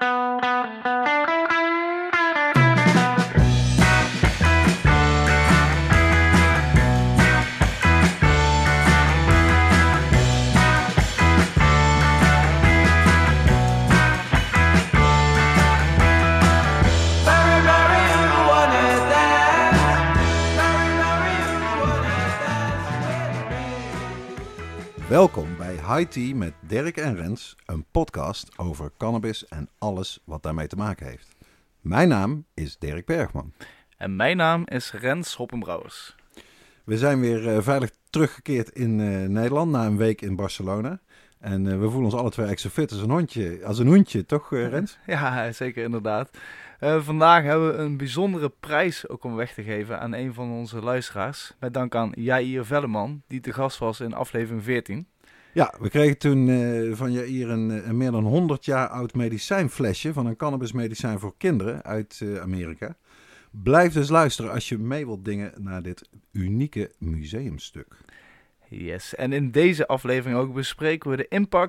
Welkom bij High Tea met Dirk en Rens, een podcast over cannabis en alles wat daarmee te maken heeft. Mijn naam is Dirk Bergman. En mijn naam is Rens Hoppenbrouwers. We zijn weer veilig teruggekeerd in Nederland na een week in Barcelona. En we voelen ons alle twee eigenlijk zo fit als een hoentje, toch Rens? Ja, zeker inderdaad. Vandaag hebben we een bijzondere prijs ook om weg te geven aan een van onze luisteraars. Met dank aan Jair Velleman, die te gast was in aflevering 14. Ja, we kregen toen van Jair een meer dan 100 jaar oud medicijnflesje van een cannabismedicijn voor kinderen uit Amerika. Blijf dus luisteren als je mee wilt dingen naar dit unieke museumstuk. Yes, en in deze aflevering ook bespreken we de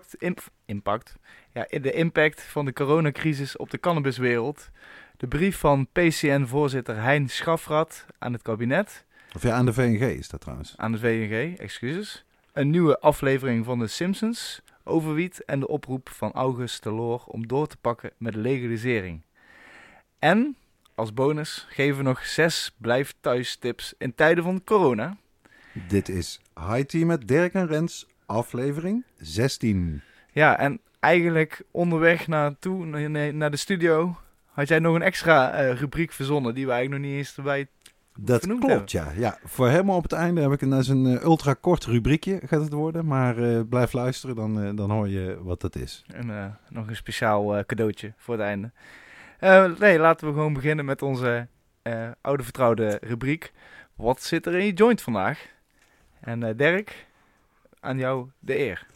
impact van de coronacrisis op de cannabiswereld. De brief van PCN-voorzitter Hein Schafrath aan het kabinet. Of ja, aan de VNG is dat trouwens. Aan de VNG, excuses. Een nieuwe aflevering van de Simpsons over wiet en de oproep van August Delors om door te pakken met de legalisering. En als bonus geven we nog 6 blijf thuis tips in tijden van corona. Dit is High Tea met Dirk en Rens, aflevering 16. Ja, en eigenlijk onderweg naar de studio had jij nog een extra rubriek verzonnen die we eigenlijk nog niet eens erbij dat klopt, hebben. Ja. Voor helemaal op het einde heb ik een ultra kort rubriekje gaat het worden. Maar blijf luisteren, dan hoor je wat het is. En nog een speciaal cadeautje voor het einde. Laten we gewoon beginnen met onze oude vertrouwde rubriek. Wat zit er in je joint vandaag? En Dirk, aan jou de eer.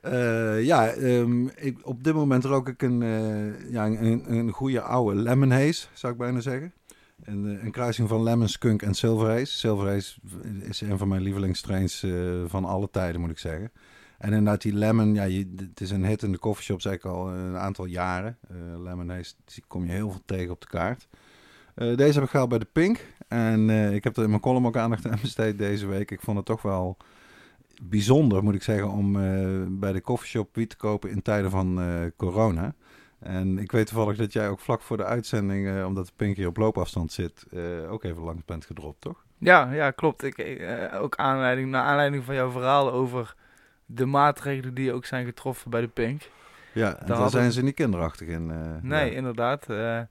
Op dit moment rook ik een goede oude lemon haze, zou ik bijna zeggen. Een kruising van lemon skunk en silver haze. Silver haze is een van mijn lievelingsstrains van alle tijden, moet ik zeggen. En inderdaad die lemon, het is een hit in de coffeeshops eigenlijk al een aantal jaren. Lemon haze, die kom je heel veel tegen op de kaart. Deze heb ik gehaald bij de Pink. En ik heb er in mijn column ook aandacht aan besteed deze week. Ik vond het toch wel bijzonder, moet ik zeggen, om bij de coffeeshop wiet te kopen in tijden van corona. En ik weet toevallig dat jij ook vlak voor de uitzending, omdat de Pink hier op loopafstand zit, ook even langs bent gedropt, toch? Ja, klopt. Ook naar aanleiding van jouw verhaal over de maatregelen die ook zijn getroffen bij de Pink. Ja, en daar zijn ze niet kinderachtig in. Nee, ja. Inderdaad.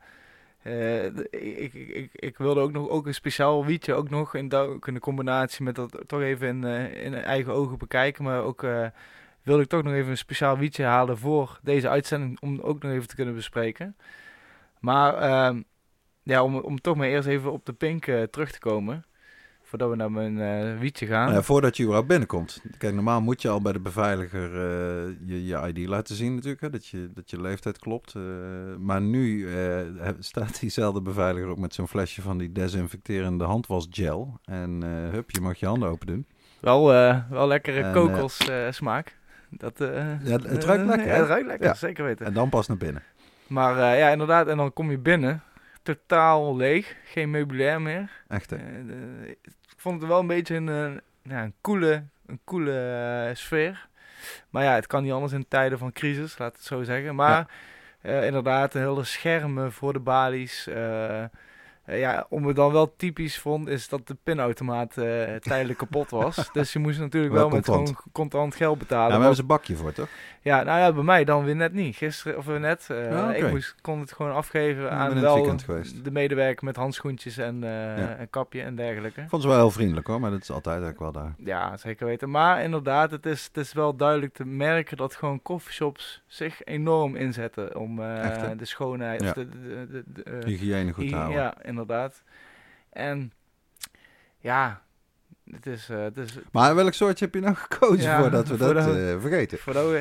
Ik wilde ook een speciaal wietje ook nog in de combinatie met dat toch even in eigen ogen bekijken. Maar ook wilde ik toch nog even een speciaal wietje halen voor deze uitzending om ook nog even te kunnen bespreken. Maar om toch maar eerst even op de Pink terug te komen. Voordat we naar mijn wietje gaan. Nou ja, voordat je überhaupt binnenkomt. Kijk, normaal moet je al bij de beveiliger je ID laten zien natuurlijk. Hè, dat je leeftijd klopt. Maar nu staat diezelfde beveiliger ook met zo'n flesje van die desinfecterende handwasgel. En je mag je handen open doen. Wel lekkere kokos-smaak. Het ruikt lekker. Het ruikt lekker, ja. Zeker weten. En dan pas naar binnen. Maar inderdaad. En dan kom je binnen. Totaal leeg. Geen meubilair meer. Echt hè? Ik vond het wel een beetje een coole sfeer. Maar ja, het kan niet anders in tijden van crisis, laat het zo zeggen. Maar inderdaad, een hele schermen voor de balies. Om het dan wel typisch vond, is dat de pinautomaat tijdelijk kapot was. Dus je moest natuurlijk wel met gewoon contant geld betalen. Ja, maar hebben ze een bakje voor, toch? Ja, nou ja, bij mij dan weer net niet. Gisteren of net. Okay. Ik kon het gewoon afgeven aan wel de medewerker met handschoentjes en een kapje en dergelijke. Ik vond ze wel heel vriendelijk hoor, maar dat is altijd eigenlijk wel daar. Ja, zeker weten. Maar inderdaad, het is wel duidelijk te merken dat gewoon coffeeshops zich enorm inzetten om de schoonheid of de hygiëne goed te houden. Ja, inderdaad. En ja, het is... Maar welk soortje heb je nou gekozen voordat we dat vergeten?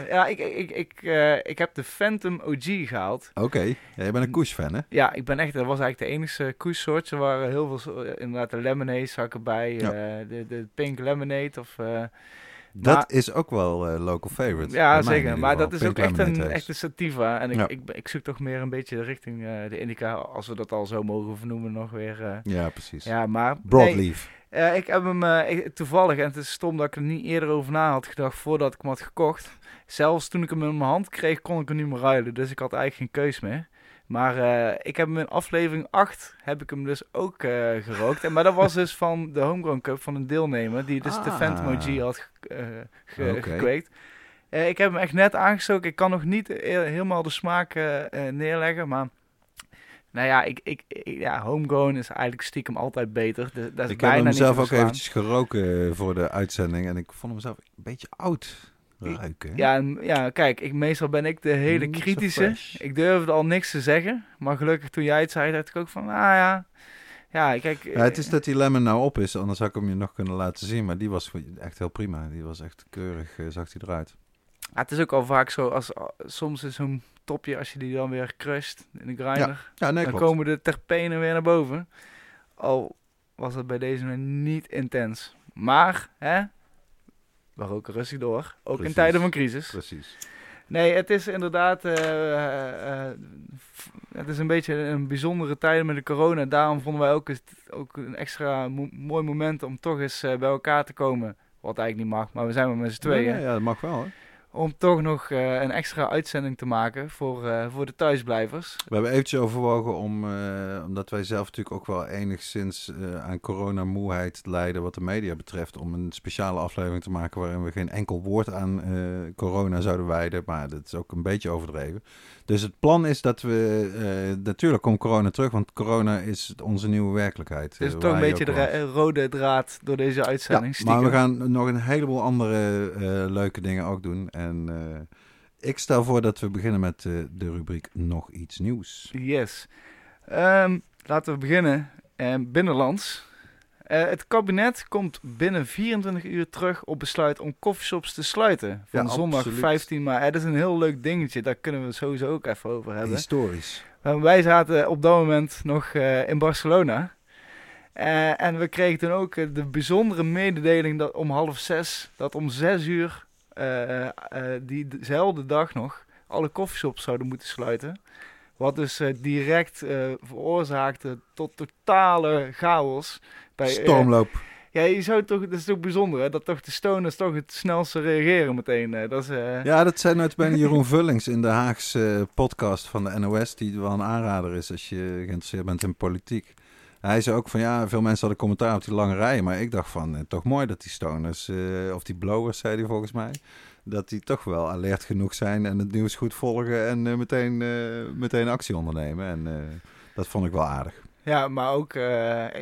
Ik heb de Phantom OG gehaald. Oké. Ja, je bent een Kush-fan, hè? Ja, ik ben echt... Dat was eigenlijk de enige Kush-soort. Er waren heel veel... inderdaad, de Lemonade zag ik erbij. De Pink Lemonade of... Dat is ook wel local favorite. Ja, zeker. Maar dat is Pink ook echt Lemonade een Haze. echte sativa. En Ja. ik zoek toch meer een beetje richting de indica, als we dat al zo mogen vernoemen, nog weer. Ja, precies. Ja, maar... Broadleaf. Ik heb hem toevallig, en het is stom dat ik er niet eerder over na had gedacht voordat ik hem had gekocht. Zelfs toen ik hem in mijn hand kreeg, kon ik hem niet meer ruilen. Dus ik had eigenlijk geen keus meer. Maar ik heb hem in aflevering 8, heb ik hem dus ook gerookt. Maar dat was dus van de Homegrown Cup van een deelnemer, die dus de Phantom OG had gekweekt. Ik heb hem echt net aangestoken. Ik kan nog niet helemaal de smaak neerleggen, maar... Nou ja, ja, homegrown is eigenlijk stiekem altijd beter. Dat is Ik bijna heb hem niet zelf te ook verslaan. eventjes geroken voor de uitzending. En ik vond hem zelf een beetje oud ruiken. Ja, kijk, meestal ben ik de hele Niet zo kritische. fresh. Ik durfde al niks te zeggen. Maar gelukkig toen jij het zei, dacht ik ook van, ja, kijk... Ja, het is dat die lemon nou op is, anders had ik hem je nog kunnen laten zien. Maar die was echt heel prima. Die was echt keurig, zag hij eruit. het is ook al vaak zo, soms is zo'n topje, als je die dan weer crusht in de grinder, Ja, nee, dan klopt. komen de terpenen weer naar boven. Al was het bij deze nog niet intens. Maar, we roken rustig door. Ook Precies. in tijden van crisis. Precies. Nee, het is inderdaad... het is een beetje een bijzondere tijd met de corona. Daarom vonden wij ook een extra mooi moment om toch eens bij elkaar te komen. Wat eigenlijk niet mag, maar we zijn maar met z'n tweeën. Ja, dat mag wel hoor. Om toch nog een extra uitzending te maken voor de thuisblijvers. We hebben eventjes overwogen omdat wij zelf natuurlijk ook wel enigszins aan coronamoeheid lijden wat de media betreft, om een speciale aflevering te maken waarin we geen enkel woord aan corona zouden wijden. Maar dat is ook een beetje overdreven. Dus het plan is dat we, natuurlijk komt corona terug, want corona is onze nieuwe werkelijkheid. Dus toch een beetje de rode draad door deze uitzending. Ja, maar we gaan nog een heleboel andere leuke dingen ook doen. En ik stel voor dat we beginnen met de rubriek Nog iets nieuws. Yes. Laten we beginnen. Binnenlands. Het kabinet komt binnen 24 uur terug op besluit om coffeeshops te sluiten. Van zondag absoluut. 15 maart. Dat is een heel leuk dingetje. Daar kunnen we het sowieso ook even over hebben. Historisch. Wij zaten op dat moment nog in Barcelona. En we kregen toen ook de bijzondere mededeling dat om 5:30, dat om 6 uur diezelfde dag nog alle coffeeshops zouden moeten sluiten. Wat dus direct veroorzaakte tot totale chaos. Stormloop. Ja, je zou toch, dat is toch bijzonder, hè? Dat toch de stoners toch het snelste reageren meteen. Dat is, Ja, dat zei nooit bijna Jeroen Vullings in de Haagse podcast van de NOS, die wel een aanrader is als je geïnteresseerd bent in politiek. Hij zei ook van ja, veel mensen hadden commentaar op die lange rijen, maar ik dacht van toch mooi dat die stoners, of die blowers zei hij volgens mij, dat die toch wel alert genoeg zijn en het nieuws goed volgen en meteen actie ondernemen. En dat vond ik wel aardig. Ja, maar ook aan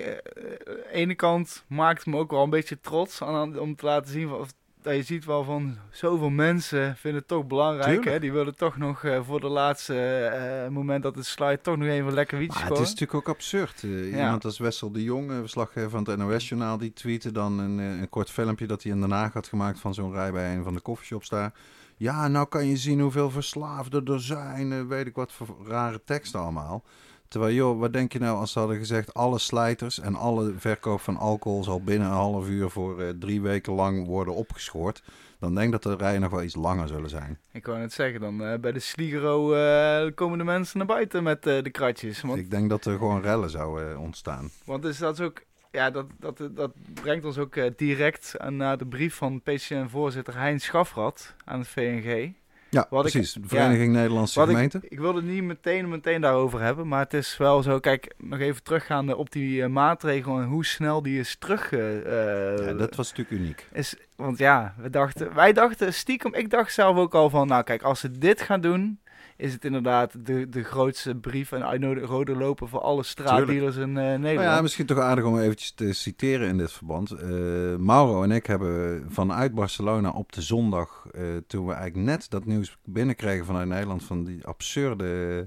de ene kant maakt het me ook wel een beetje trots om te laten zien dat je ziet wel van zoveel mensen vinden het toch belangrijk. Hè? Die willen toch nog voor de laatste moment dat het sluit toch nog even lekker wietje Maar scoren. het is natuurlijk ook absurd. Iemand als Wessel de Jong, verslaggever van het NOS-journaal, die tweette dan een kort filmpje dat hij in Den Haag had gemaakt van zo'n rij bij een van de coffeeshops daar. Ja, nou kan je zien hoeveel verslaafden er zijn, weet ik wat voor rare teksten allemaal. Terwijl, joh, wat denk je nou als ze hadden gezegd, alle slijters en alle verkoop van alcohol zal binnen een half uur voor 3 weken lang worden opgeschoord. Dan denk ik dat de rijen nog wel iets langer zullen zijn. Ik wou net zeggen, dan bij de Sligero komen de mensen naar buiten met de kratjes. Want, Ik denk dat er gewoon rellen zouden ontstaan. want dus dat is ook, ja, dat brengt ons ook direct naar de brief van PCN-voorzitter Hein Schafrad aan het VNG. Ja, precies. De Vereniging Nederlandse Gemeenten. Ik wilde het niet meteen daarover hebben, maar het is wel zo. Kijk, nog even teruggaande op die maatregel en hoe snel die is terug. Ja, dat was natuurlijk uniek. Want ja, wij dachten stiekem, ik dacht zelf ook al van, nou kijk, als ze dit gaan doen, is het inderdaad de grootste brief en rode lopen voor alle straatdealers in Nederland. Nou ja, misschien toch aardig om eventjes te citeren in dit verband. Mauro en ik hebben vanuit Barcelona op de zondag, toen we eigenlijk net dat nieuws binnenkregen vanuit Nederland van die absurde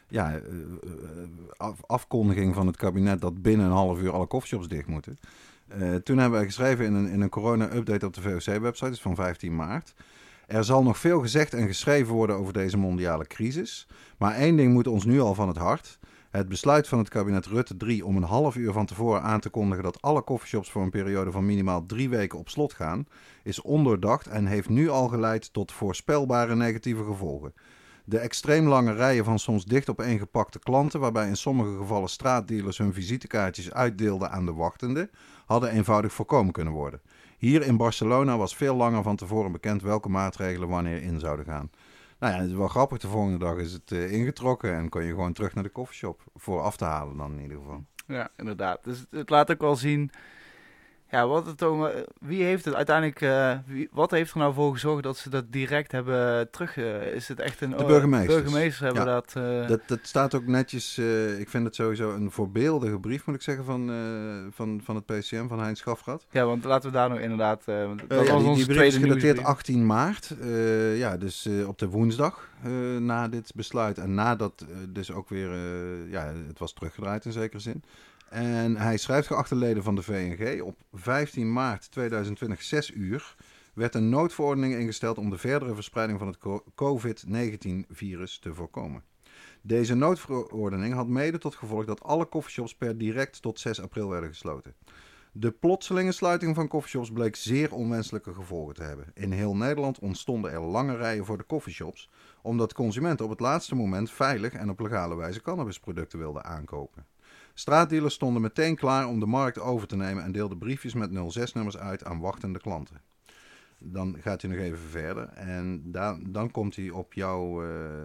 afkondiging van het kabinet dat binnen een half uur alle coffeeshops dicht moeten. Toen hebben we geschreven in een corona-update op de VOC-website, dus van 15 maart. Er zal nog veel gezegd en geschreven worden over deze mondiale crisis. Maar één ding moet ons nu al van het hart. Het besluit van het kabinet Rutte 3 om een half uur van tevoren aan te kondigen dat alle coffeeshops voor een periode van minimaal 3 weken op slot gaan, is ondoordacht en heeft nu al geleid tot voorspelbare negatieve gevolgen. De extreem lange rijen van soms dicht opeengepakte klanten, waarbij in sommige gevallen straatdealers hun visitekaartjes uitdeelden aan de wachtenden, hadden eenvoudig voorkomen kunnen worden. Hier in Barcelona was veel langer van tevoren bekend welke maatregelen wanneer in zouden gaan. Nou ja, het is wel grappig. De volgende dag is het ingetrokken en kon je gewoon terug naar de koffieshop voor af te halen dan in ieder geval. Ja, inderdaad. Dus het laat ook wel zien, ja, wie heeft het uiteindelijk, wat heeft er nou voor gezorgd dat ze dat direct hebben terug, is het echt de burgemeesters. Burgemeesters hebben dat staat ook netjes, ik vind het sowieso een voorbeeldige brief, moet ik zeggen, van het PCM, van Hein Schafrath. Ja, want laten we daar nog inderdaad, die brief is gedateerd 18 maart, dus op de woensdag na dit besluit en nadat dus ook weer, het was teruggedraaid in zekere zin. En hij schrijft: geachte leden van de VNG, op 15 maart 2020, 6 uur, werd een noodverordening ingesteld om de verdere verspreiding van het COVID-19-virus te voorkomen. Deze noodverordening had mede tot gevolg dat alle coffeeshops per direct tot 6 april werden gesloten. De plotselinge sluiting van coffeeshops bleek zeer onwenselijke gevolgen te hebben. In heel Nederland ontstonden er lange rijen voor de coffeeshops, omdat consumenten op het laatste moment veilig en op legale wijze cannabisproducten wilden aankopen. Straatdealers stonden meteen klaar om de markt over te nemen en deelden briefjes met 06-nummers uit aan wachtende klanten. Dan gaat hij nog even verder en dan komt hij op jou,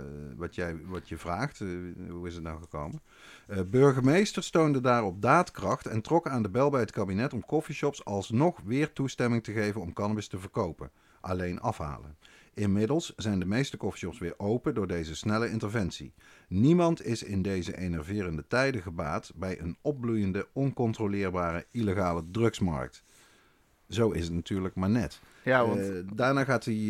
wat je vraagt. Hoe is het nou gekomen? Burgemeester toonde daarop daadkracht en trok aan de bel bij het kabinet om coffeeshops alsnog weer toestemming te geven om cannabis te verkopen. Alleen afhalen. Inmiddels zijn de meeste coffeeshops weer open door deze snelle interventie. Niemand is in deze enerverende tijden gebaat bij een opbloeiende, oncontroleerbare, illegale drugsmarkt. Zo is het natuurlijk maar net. Ja, want daarna gaat hij,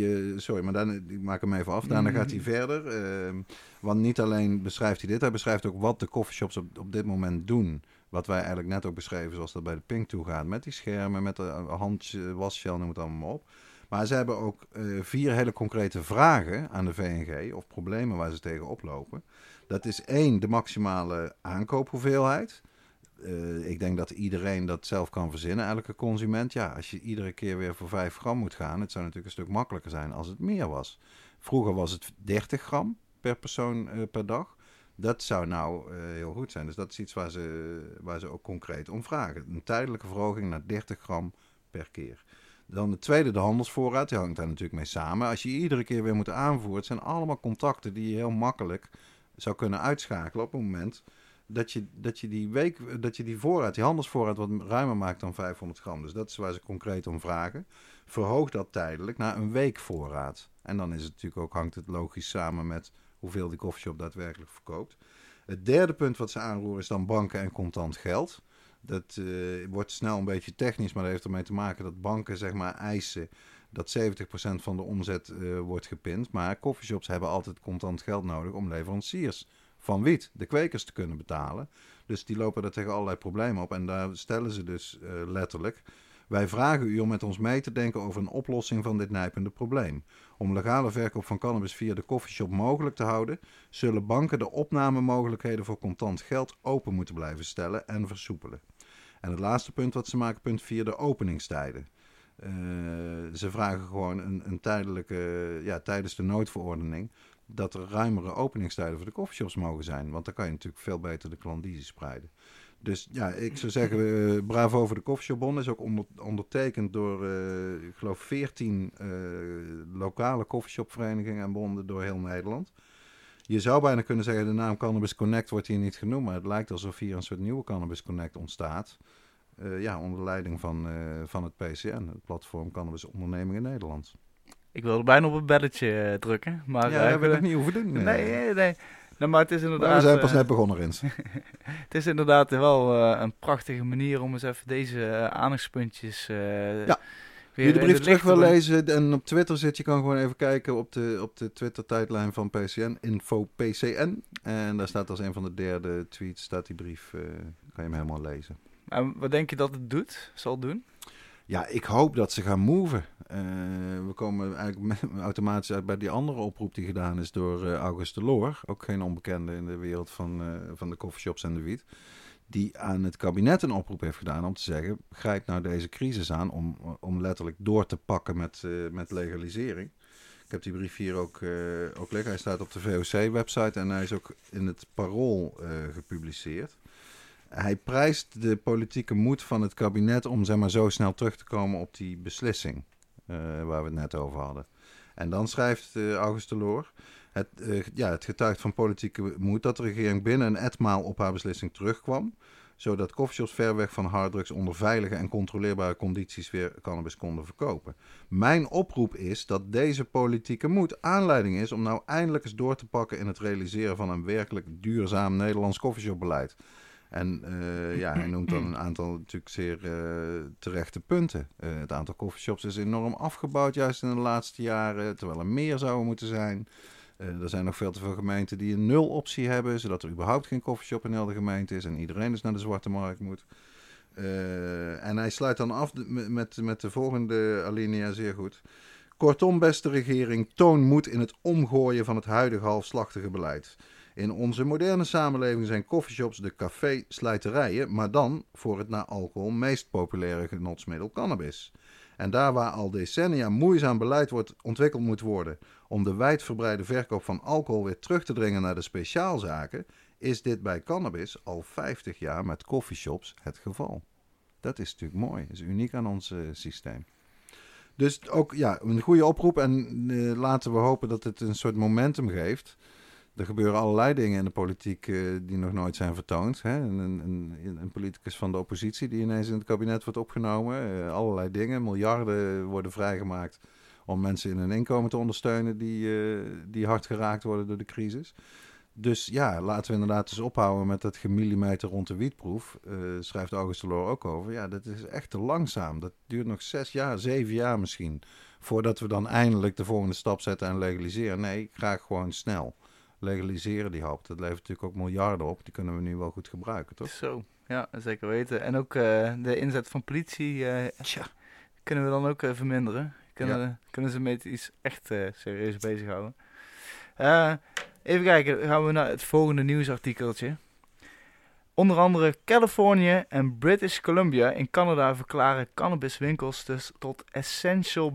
ik maak hem even af. Daarna gaat hij verder. Want niet alleen beschrijft hij dit, hij beschrijft ook wat de coffeeshops op dit moment doen. Wat wij eigenlijk net ook beschreven, zoals dat bij de Pink toe gaat. Met die schermen, met de wasgel, noem het allemaal maar op. Maar ze hebben ook 4 hele concrete vragen aan de VNG, of problemen waar ze tegen oplopen. Dat is 1, de maximale aankoophoeveelheid. Ik denk dat iedereen dat zelf kan verzinnen, elke consument. Ja, als je iedere keer weer voor 5 gram moet gaan, het zou natuurlijk een stuk makkelijker zijn als het meer was. Vroeger was het 30 gram per persoon per dag. Dat zou nou heel goed zijn. Dus dat is iets waar ze ook concreet om vragen. Een tijdelijke verhoging naar 30 gram per keer. Dan de tweede, de handelsvoorraad, die hangt daar natuurlijk mee samen. Als je iedere keer weer moet aanvoeren, het zijn allemaal contacten die je heel makkelijk zou kunnen uitschakelen op het moment dat je die voorraad, die handelsvoorraad wat ruimer maakt dan 500 gram. Dus dat is waar ze concreet om vragen. Verhoog dat tijdelijk naar een week voorraad. En dan is het natuurlijk ook, hangt het logisch samen met hoeveel die coffeeshop daadwerkelijk verkoopt. Het derde punt wat ze aanroeren is dan banken en contant geld. Dat wordt snel een beetje technisch, maar dat heeft ermee te maken dat banken zeg maar eisen dat 70% van de omzet wordt gepind. Maar coffeeshops hebben altijd contant geld nodig om leveranciers van wiet, de kwekers, te kunnen betalen. Dus die lopen er tegen allerlei problemen op. En daar stellen ze dus letterlijk: wij vragen u om met ons mee te denken over een oplossing van dit nijpende probleem. Om legale verkoop van cannabis via de coffeeshop mogelijk te houden, zullen banken de opnamemogelijkheden voor contant geld open moeten blijven stellen en versoepelen. En het laatste punt wat ze maken, punt 4, de openingstijden. Ze vragen gewoon een tijdelijke, tijdens de noodverordening, dat er ruimere openingstijden voor de coffeeshops mogen zijn. Want dan kan je natuurlijk veel beter de klandizie spreiden. Dus ja, ik zou zeggen, bravo voor de Coffeeshopbond. Is ook ondertekend door, ik geloof, 14 lokale coffeeshopverenigingen en bonden door heel Nederland. Je zou bijna kunnen zeggen, de naam Cannabis Connect wordt hier niet genoemd, maar het lijkt alsof hier een soort nieuwe Cannabis Connect ontstaat. Onder leiding van het PCN, het platform Cannabis Ondernemingen Nederland. Ik wilde bijna op een belletje drukken. Maar dat hebben we nog niet hoeven doen. Nee. Nou, maar het is inderdaad, maar we zijn pas net begonnen, Rens. Het is inderdaad wel een prachtige manier om eens even deze aandachtspuntjes Wie de brief terug wil lezen en op Twitter zit, je kan gewoon even kijken op de Twitter-tijdlijn van PCN, info PCN. En daar staat als een van de derde tweets, staat die brief, kan je hem helemaal lezen. En wat denk je dat het zal doen? Ja, ik hoop dat ze gaan moven. We komen eigenlijk automatisch uit bij die andere oproep die gedaan is door August Delors. Ook geen onbekende in de wereld van de coffeeshops en de wiet. Die aan het kabinet een oproep heeft gedaan om te zeggen, grijp nou deze crisis aan om letterlijk door te pakken met legalisering. Ik heb die brief hier ook liggen. Hij staat op de VOC-website en hij is ook in het Parool gepubliceerd. Hij prijst de politieke moed van het kabinet om zeg maar, zo snel terug te komen op die beslissing waar we het net over hadden. En dan schrijft August Delors, het getuigt van politieke moed dat de regering binnen een etmaal op haar beslissing terugkwam, zodat coffeeshops ver weg van harddrugs onder veilige en controleerbare condities weer cannabis konden verkopen. Mijn oproep is dat deze politieke moed aanleiding is om nou eindelijk eens door te pakken in het realiseren van een werkelijk duurzaam Nederlands coffeeshopbeleid. En hij noemt dan een aantal natuurlijk zeer terechte punten. Het aantal coffeeshops is enorm afgebouwd, juist in de laatste jaren, terwijl er meer zouden moeten zijn. Er zijn nog veel te veel gemeenten die een nul-optie hebben, zodat er überhaupt geen coffeeshop in heel de gemeente is en iedereen dus naar de zwarte markt moet. En hij sluit dan af met de volgende alinea zeer goed. Kortom, beste regering, toon moed in het omgooien van het huidige halfslachtige beleid. In onze moderne samenleving zijn coffeeshops de café-slijterijen, maar dan voor het na alcohol meest populaire genotsmiddel cannabis. En daar waar al decennia moeizaam beleid ontwikkeld moet worden om de wijdverbreide verkoop van alcohol weer terug te dringen naar de speciaalzaken, is dit bij cannabis al 50 jaar met coffeeshops het geval. Dat is natuurlijk mooi, dat is uniek aan ons systeem. Dus ook een goede oproep en laten we hopen dat het een soort momentum geeft. Er gebeuren allerlei dingen in de politiek die nog nooit zijn vertoond. Hè? Een politicus van de oppositie die ineens in het kabinet wordt opgenomen. Allerlei dingen. Miljarden worden vrijgemaakt om mensen in hun inkomen te ondersteunen die hard geraakt worden door de crisis. Dus ja, laten we inderdaad eens ophouden met dat gemillimeter rond de wietproef. Schrijft August Delors ook over. Ja, dat is echt te langzaam. Dat duurt nog 6 jaar, 7 jaar misschien. Voordat we dan eindelijk de volgende stap zetten en legaliseren. Nee, graag gewoon snel. Legaliseren die hap. Dat levert natuurlijk ook miljarden op. Die kunnen we nu wel goed gebruiken, toch? Zo, ja, zeker weten. En ook de inzet van politie kunnen we dan ook verminderen. Kunnen ze met iets echt serieus bezighouden. Even kijken, dan gaan we naar het volgende nieuwsartikeltje. Onder andere Californië en British Columbia in Canada verklaren cannabiswinkels dus tot essential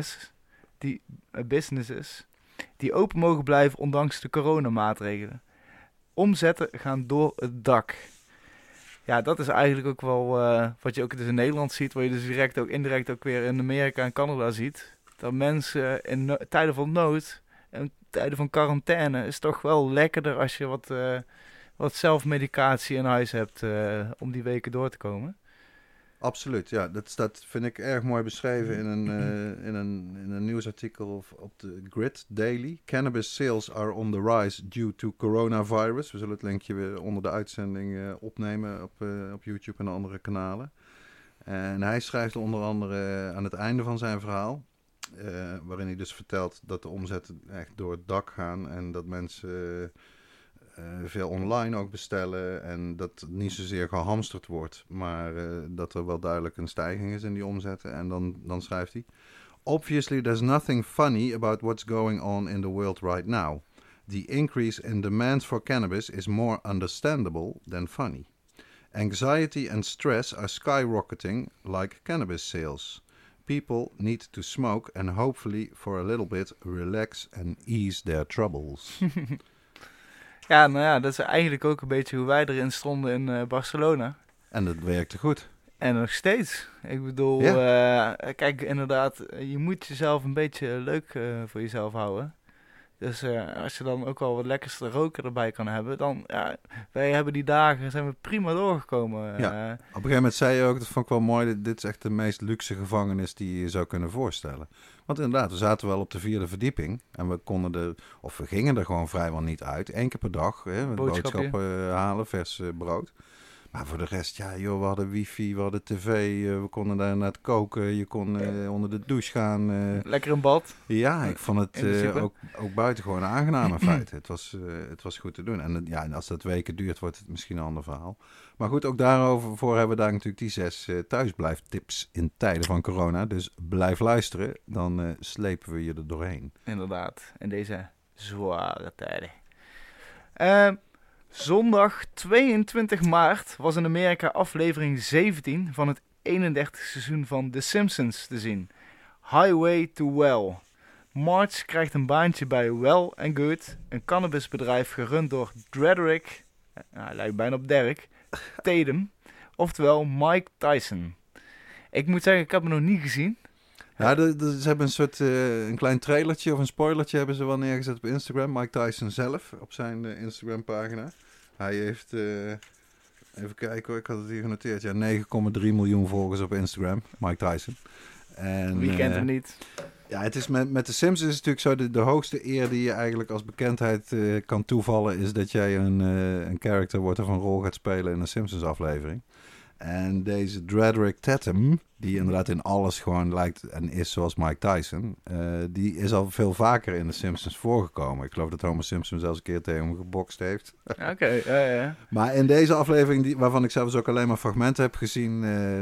businesses die open mogen blijven ondanks de coronamaatregelen. Omzetten gaan door het dak. Ja, dat is eigenlijk ook wel wat je ook dus in Nederland ziet, wat je dus direct ook indirect ook weer in Amerika en Canada ziet. Dat mensen in tijden van nood en tijden van quarantaine is toch wel lekkerder als je wat zelfmedicatie in huis hebt om die weken door te komen. Absoluut, ja. Dat vind ik erg mooi beschreven in een nieuwsartikel op de Grid Daily. Cannabis sales are on the rise due to coronavirus. We zullen het linkje weer onder de uitzending opnemen op YouTube en andere kanalen. En hij schrijft onder andere aan het einde van zijn verhaal, waarin hij dus vertelt dat de omzetten echt door het dak gaan en dat mensen veel online ook bestellen en dat het niet zozeer gehamsterd wordt, maar dat er wel duidelijk een stijging is in die omzetten. En dan schrijft hij: Obviously there's nothing funny about what's going on in the world right now. The increase in demand for cannabis is more understandable than funny. Anxiety and stress are skyrocketing like cannabis sales. People need to smoke and hopefully for a little bit relax and ease their troubles. Ja, nou ja, dat is eigenlijk ook een beetje hoe wij erin stonden in Barcelona. En dat werkte goed. En nog steeds. Ik bedoel, kijk, inderdaad, je moet jezelf een beetje leuk voor jezelf houden. Dus als je dan ook wel wat lekkerste roken erbij kan hebben, dan, ja, wij hebben die dagen, zijn we prima doorgekomen. Ja, op een gegeven moment zei je ook, dat vond ik wel mooi, dit is echt de meest luxe gevangenis die je zou kunnen voorstellen. Want inderdaad, we zaten wel op de 4e verdieping en we gingen er gewoon vrijwel niet uit. 1 keer per dag, boodschappen halen, vers brood. Maar voor de rest, ja joh, we hadden wifi, we hadden tv, we konden daar naar het koken, je kon onder de douche gaan. Lekker in bad. Ja, ik vond het In principe. ook buitengewoon aangenaam in feite. Het was goed te doen. En als dat weken duurt, wordt het misschien een ander verhaal. Maar goed, ook daarover hebben we daar natuurlijk die 6 thuisblijftips in tijden van corona. Dus blijf luisteren, dan slepen we je er doorheen. Inderdaad, in deze zware tijden. Zondag 22 maart was in Amerika aflevering 17 van het 31 seizoen van The Simpsons te zien. Highway to Well. Marge krijgt een baantje bij Well & Good, een cannabisbedrijf gerund door Drederick, hij lijkt bijna op Derek, Tatum, oftewel Mike Tyson. Ik moet zeggen, ik heb hem nog niet gezien. Ja, ze hebben een soort een klein trailertje of een spoilertje hebben ze wel neergezet op Instagram. Mike Tyson zelf op zijn Instagram pagina. Hij heeft, even kijken hoor, ik had het hier genoteerd. Ja, 9,3 miljoen volgers op Instagram. Mike Tyson. En, Wie kent hem niet? Ja, het is met de Simpsons is het natuurlijk zo, de hoogste eer die je eigenlijk als bekendheid kan toevallen is dat jij een character wordt of een rol gaat spelen in een Simpsons aflevering. En deze Drederick Tatum, die inderdaad in alles gewoon lijkt en is zoals Mike Tyson, die is al veel vaker in de Simpsons voorgekomen. Ik geloof dat Homer Simpson zelfs een keer tegen hem gebokst heeft. Oké, ja. Maar in deze aflevering, waarvan ik zelfs ook alleen maar fragmenten heb gezien,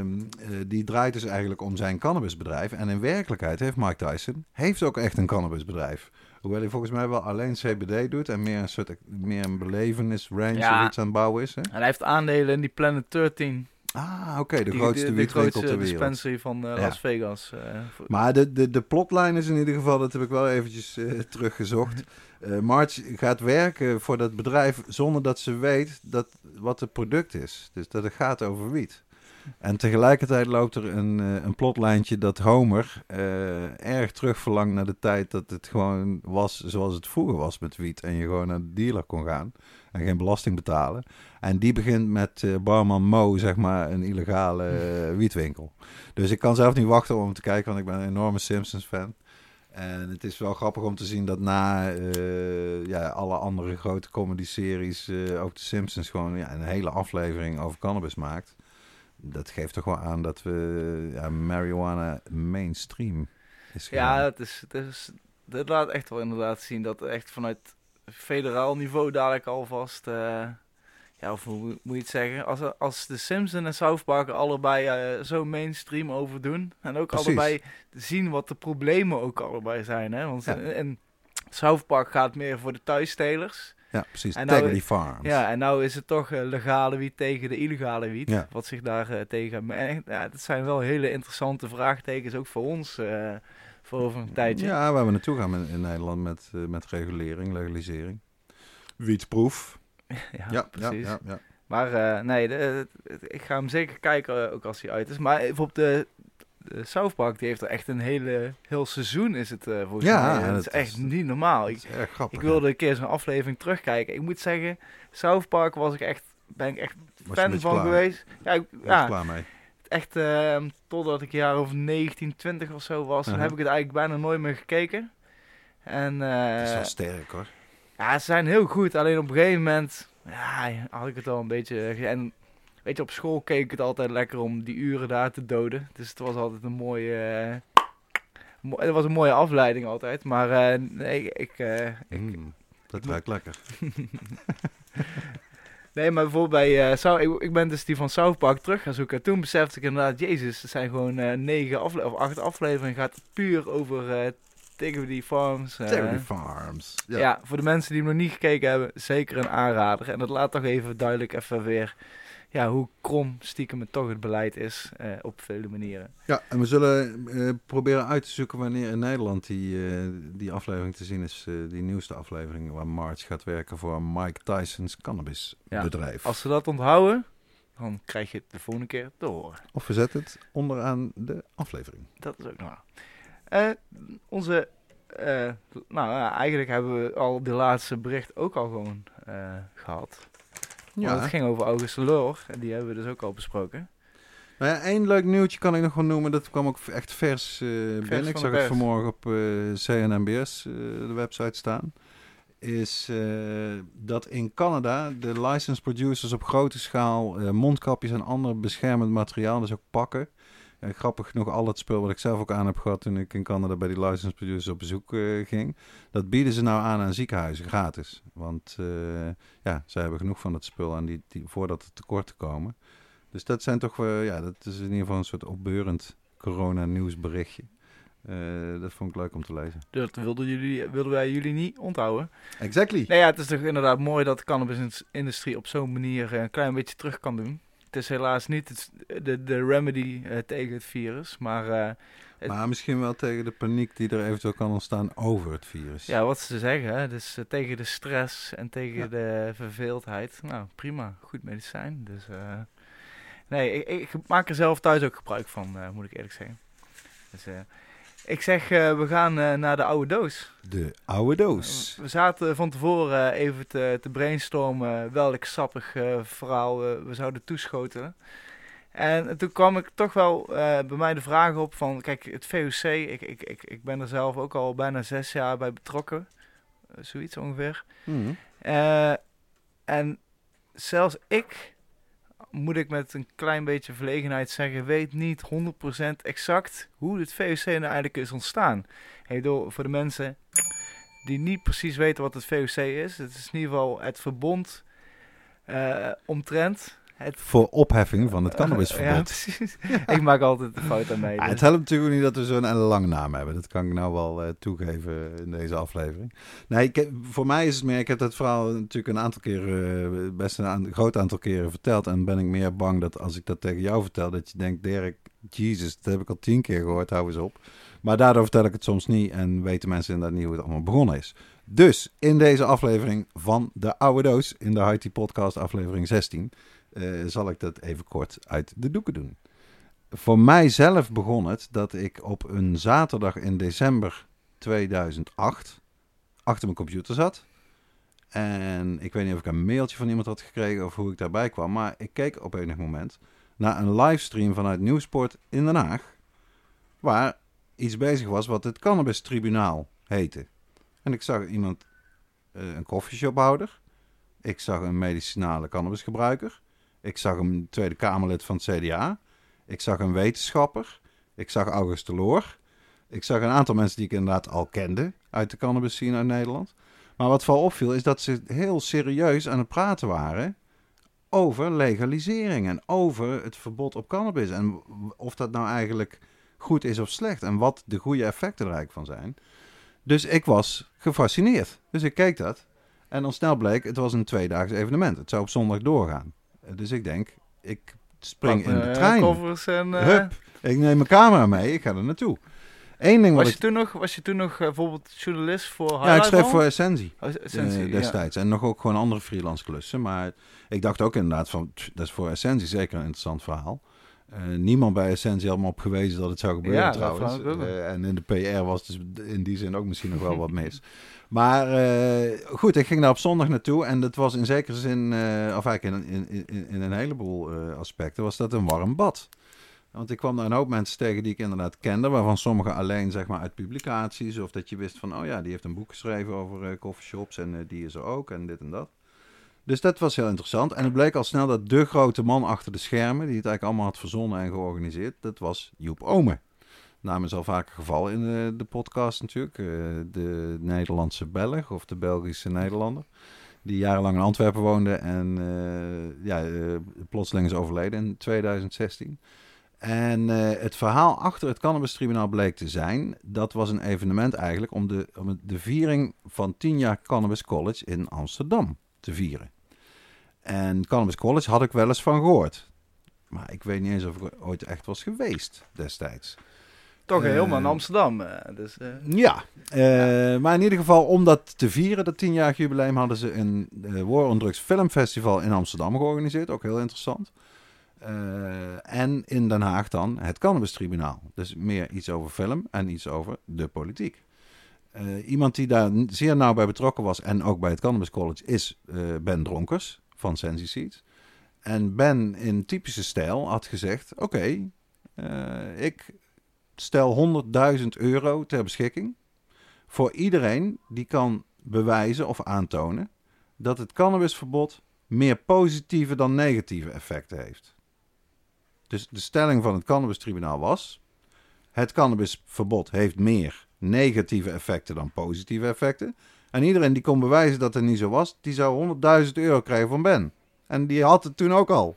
die draait dus eigenlijk om zijn cannabisbedrijf. En in werkelijkheid heeft Mike Tyson ook echt een cannabisbedrijf. Hoewel hij volgens mij wel alleen CBD doet en meer een belevenisrange of iets aan het bouwen is. Hè? En hij heeft aandelen in die Planet 13. Ah, oké, de grootste wietwinkel ter wereld. Dispensary van Las Vegas. Maar de plotlijn is in ieder geval, dat heb ik wel eventjes teruggezocht. Marge gaat werken voor dat bedrijf zonder dat ze weet wat het product is. Dus dat het gaat over wiet. En tegelijkertijd loopt er een plotlijntje dat Homer erg terugverlangt naar de tijd dat het gewoon was zoals het vroeger was met wiet. En je gewoon naar de dealer kon gaan en geen belasting betalen. En die begint met barman Mo, zeg maar, een illegale wietwinkel. Dus ik kan zelf niet wachten om te kijken, want ik ben een enorme Simpsons fan. En het is wel grappig om te zien dat na alle andere grote comedy-series ook de Simpsons gewoon een hele aflevering over cannabis maakt. Dat geeft toch wel aan dat we marijuana mainstream is geworden. Ja, dat laat echt wel inderdaad zien dat echt vanuit federaal niveau dadelijk alvast, of hoe moet je het zeggen, als de Simpsons en South Park allebei zo mainstream over doen en ook Precies. allebei zien wat de problemen ook allebei zijn, hè? Want in South Park gaat meer voor de thuisstelers. Ja, precies. En Taggly Farms. Ja, en nou is het toch legale wiet tegen de illegale wiet. Ja. Wat zich daar tegen... Ja, dat zijn wel hele interessante vraagtekens, ook voor ons, voor over een tijdje. Ja, waar we naartoe gaan in Nederland met legalisering. Wietproef. Ja, precies. Ja. Maar nee, ik ga hem zeker kijken, ook als hij uit is. Maar bijvoorbeeld de South Park, die heeft er echt een heel seizoen is het volgens mij. Dat is echt niet normaal. Dat is erg grappig. Ik wilde een keer zo'n aflevering terugkijken. Ik moet zeggen, South Park ben ik echt fan van geweest. Ja, klaar mee. Echt totdat ik een jaar of 19, 20 of zo was. Dan heb ik het eigenlijk bijna nooit meer gekeken. En, het is wel sterk hoor. Ja, ze zijn heel goed. Alleen op een gegeven moment had ik het al een beetje... En weet je, op school keek ik het altijd lekker om die uren daar te doden. Dus het was altijd een mooie... het was een mooie afleiding altijd. Maar nee, dat ruikt lekker. Nee, maar bijvoorbeeld bij... ik ben dus die van South Park terug gaan zoeken. Toen besefte ik inderdaad, jezus, het zijn gewoon 8 afleveringen. Gaat het puur over Taggly Farms. Taggly Farms. Ja, voor de mensen die hem nog niet gekeken hebben, zeker een aanrader. En dat laat toch even duidelijk even weer... hoe krom stiekem het toch het beleid is op vele manieren. Ja, en we zullen proberen uit te zoeken wanneer in Nederland die aflevering te zien is. Die nieuwste aflevering waar Marge gaat werken voor Mike Tyson's cannabisbedrijf. Ja, als ze dat onthouden, dan krijg je het de volgende keer te horen. Of we zetten het onderaan de aflevering. Dat is ook nog eigenlijk hebben we al de laatste bericht ook al gewoon gehad. Ja. Want het ging over August Delors en die hebben we dus ook al besproken. Nou ja, één leuk nieuwtje kan ik nog wel noemen. Dat kwam ook echt vers binnen. Ik zag het vanmorgen op CNNBS, de website staan. is dat in Canada de licensed producers op grote schaal mondkapjes en ander beschermend materiaal, dus ook pakken. Grappig genoeg, al het spul wat ik zelf ook aan heb gehad toen ik in Canada bij die licensed producers op bezoek ging. Dat bieden ze nou aan ziekenhuizen, gratis. Want ze hebben genoeg van het spul aan die voordat er tekorten komen. Dus dat zijn toch, dat is in ieder geval een soort opbeurend corona-nieuwsberichtje. Dat vond ik leuk om te lezen. Dat wilden wij jullie niet onthouden. Exactly. Nee, ja, het is toch inderdaad mooi dat de cannabisindustrie op zo'n manier een klein beetje terug kan doen. Het is helaas niet de remedy tegen het virus, maar... maar misschien wel tegen de paniek die er eventueel kan ontstaan over het virus. Ja, wat ze zeggen, hè? Dus tegen de stress en tegen de verveeldheid. Nou, prima. Goed medicijn. Dus nee, ik maak er zelf thuis ook gebruik van, moet ik eerlijk zeggen. Dus ik zeg, we gaan naar de oude doos. De oude doos. We zaten van tevoren even te brainstormen welk sappig verhaal we zouden toeschoten. En toen kwam ik toch wel bij mij de vraag op van, kijk, het VOC, ik ben er zelf ook al bijna 6 jaar bij betrokken. Zoiets ongeveer. Mm-hmm. En zelfs ik, moet ik met een klein beetje verlegenheid zeggen, weet niet 100% exact hoe het VOC nou eigenlijk is ontstaan. Voor de mensen die niet precies weten wat het VOC is, het is in ieder geval het verbond omtrent... Voor opheffing van het cannabisverbod. Ja, precies. Ja. Ik maak altijd de fout aan mij. Dus. Het helpt natuurlijk niet dat we zo'n lange naam hebben. Dat kan ik nou wel toegeven in deze aflevering. Nee, voor mij is het meer... Ik heb dat verhaal natuurlijk een aantal keren... best een groot aantal keren verteld. En ben ik meer bang dat als ik dat tegen jou vertel... dat je denkt, Dirk, Jesus, dat heb ik al 10 keer gehoord. Hou eens op. Maar daardoor vertel ik het soms niet. En weten mensen inderdaad niet hoe het allemaal begonnen is. Dus in deze aflevering van de Oude Doos... in de High Podcast aflevering 16... zal ik dat even kort uit de doeken doen. Voor mijzelf begon het dat ik op een zaterdag in december 2008 achter mijn computer zat. En ik weet niet of ik een mailtje van iemand had gekregen of hoe ik daarbij kwam. Maar ik keek op enig moment naar een livestream vanuit Nieuwsport in Den Haag. Waar iets bezig was wat het Cannabis Tribunaal heette. En ik zag iemand, een koffieshophouder. Ik zag een medicinale cannabisgebruiker. Ik zag een Tweede Kamerlid van het CDA. Ik zag een wetenschapper. Ik zag August de Loor. Ik zag een aantal mensen die ik inderdaad al kende uit de cannabis scene uit Nederland. Maar wat vooral opviel is dat ze heel serieus aan het praten waren over legalisering en over het verbod op cannabis. En of dat nou eigenlijk goed is of slecht en wat de goede effecten er eigenlijk van zijn. Dus ik was gefascineerd. Dus ik keek dat en dan snel bleek, het was een 2-daags evenement. Het zou op zondag doorgaan. Dus ik denk, ik spring in de trein. Koffers en, Hup, ik neem mijn camera mee, ik ga er naartoe. Eén ding was je toen nog bijvoorbeeld journalist voor Highlight? Ja, ik schreef voor Essentie, destijds. Ja. En nog ook gewoon andere freelance klussen. Maar ik dacht ook inderdaad van, dat is voor Essentie zeker een interessant verhaal. Niemand bij Essentie had me op gewezen dat het zou gebeuren trouwens. En in de PR was dus in die zin ook misschien nog wel wat mis. Maar goed, ik ging daar op zondag naartoe en dat was in zekere zin, of eigenlijk in een heleboel aspecten, was dat een warm bad. Want ik kwam daar een hoop mensen tegen die ik inderdaad kende, waarvan sommigen alleen zeg maar uit publicaties, of dat je wist van, oh ja, die heeft een boek geschreven over coffeeshops en die is er ook en dit en dat. Dus dat was heel interessant. En het bleek al snel dat de grote man achter de schermen, die het eigenlijk allemaal had verzonnen en georganiseerd, dat was Joep Ome. Naam is al vaker gevallen in de podcast natuurlijk. De Nederlandse Belg of de Belgische Nederlander. Die jarenlang in Antwerpen woonde en plotseling is overleden in 2016. En het verhaal achter het Cannabis Tribunaal bleek te zijn, dat was een evenement eigenlijk om de viering van 10 jaar Cannabis College in Amsterdam te vieren. En Cannabis College had ik wel eens van gehoord. Maar ik weet niet eens of ik ooit echt was geweest destijds. Toch helemaal in Amsterdam. Ja, maar in ieder geval om dat te vieren, dat 10-jarig jubileum, hadden ze een War on Drugs Filmfestival in Amsterdam georganiseerd. Ook heel interessant. En in Den Haag dan het Cannabis Tribunaal. Dus meer iets over film en iets over de politiek. Iemand die daar zeer nauw bij betrokken was en ook bij het Cannabis College is Ben Dronkers van Sensi Seeds. En Ben in typische stijl had gezegd, oké, ik stel €100.000 ter beschikking voor iedereen die kan bewijzen of aantonen dat het cannabisverbod meer positieve dan negatieve effecten heeft. Dus de stelling van het cannabistribunaal was: het cannabisverbod heeft meer negatieve effecten dan positieve effecten. En iedereen die kon bewijzen dat het niet zo was, die zou €100.000 krijgen van Ben. En die had het toen ook al.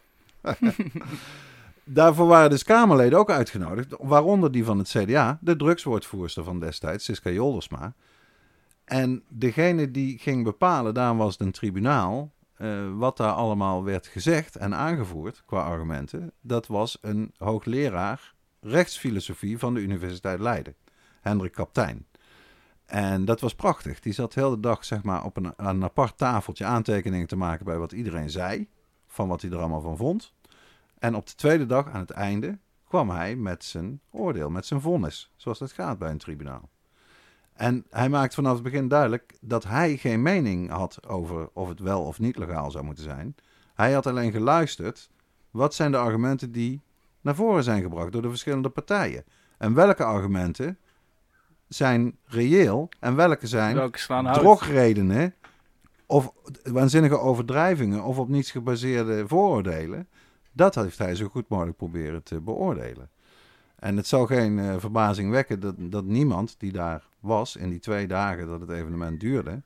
Daarvoor waren dus Kamerleden ook uitgenodigd, waaronder die van het CDA, de drugswoordvoerster van destijds, Siska Joldersma. En degene die ging bepalen, daarom was het een tribunaal, wat daar allemaal werd gezegd en aangevoerd qua argumenten, dat was een hoogleraar rechtsfilosofie van de Universiteit Leiden, Hendrik Kaptein. En dat was prachtig. Die zat de hele dag zeg maar, op een apart tafeltje aantekeningen te maken bij wat iedereen zei, van wat hij er allemaal van vond. En op de tweede dag, aan het einde, kwam hij met zijn oordeel, met zijn vonnis, zoals dat gaat bij een tribunaal. En hij maakt vanaf het begin duidelijk dat hij geen mening had over of het wel of niet legaal zou moeten zijn. Hij had alleen geluisterd, wat zijn de argumenten die naar voren zijn gebracht door de verschillende partijen? En welke argumenten zijn reëel en welke zijn drogredenen of waanzinnige overdrijvingen of op niets gebaseerde vooroordelen? Dat heeft hij zo goed mogelijk proberen te beoordelen. En het zal geen verbazing wekken dat niemand die daar was in die 2 dagen dat het evenement duurde,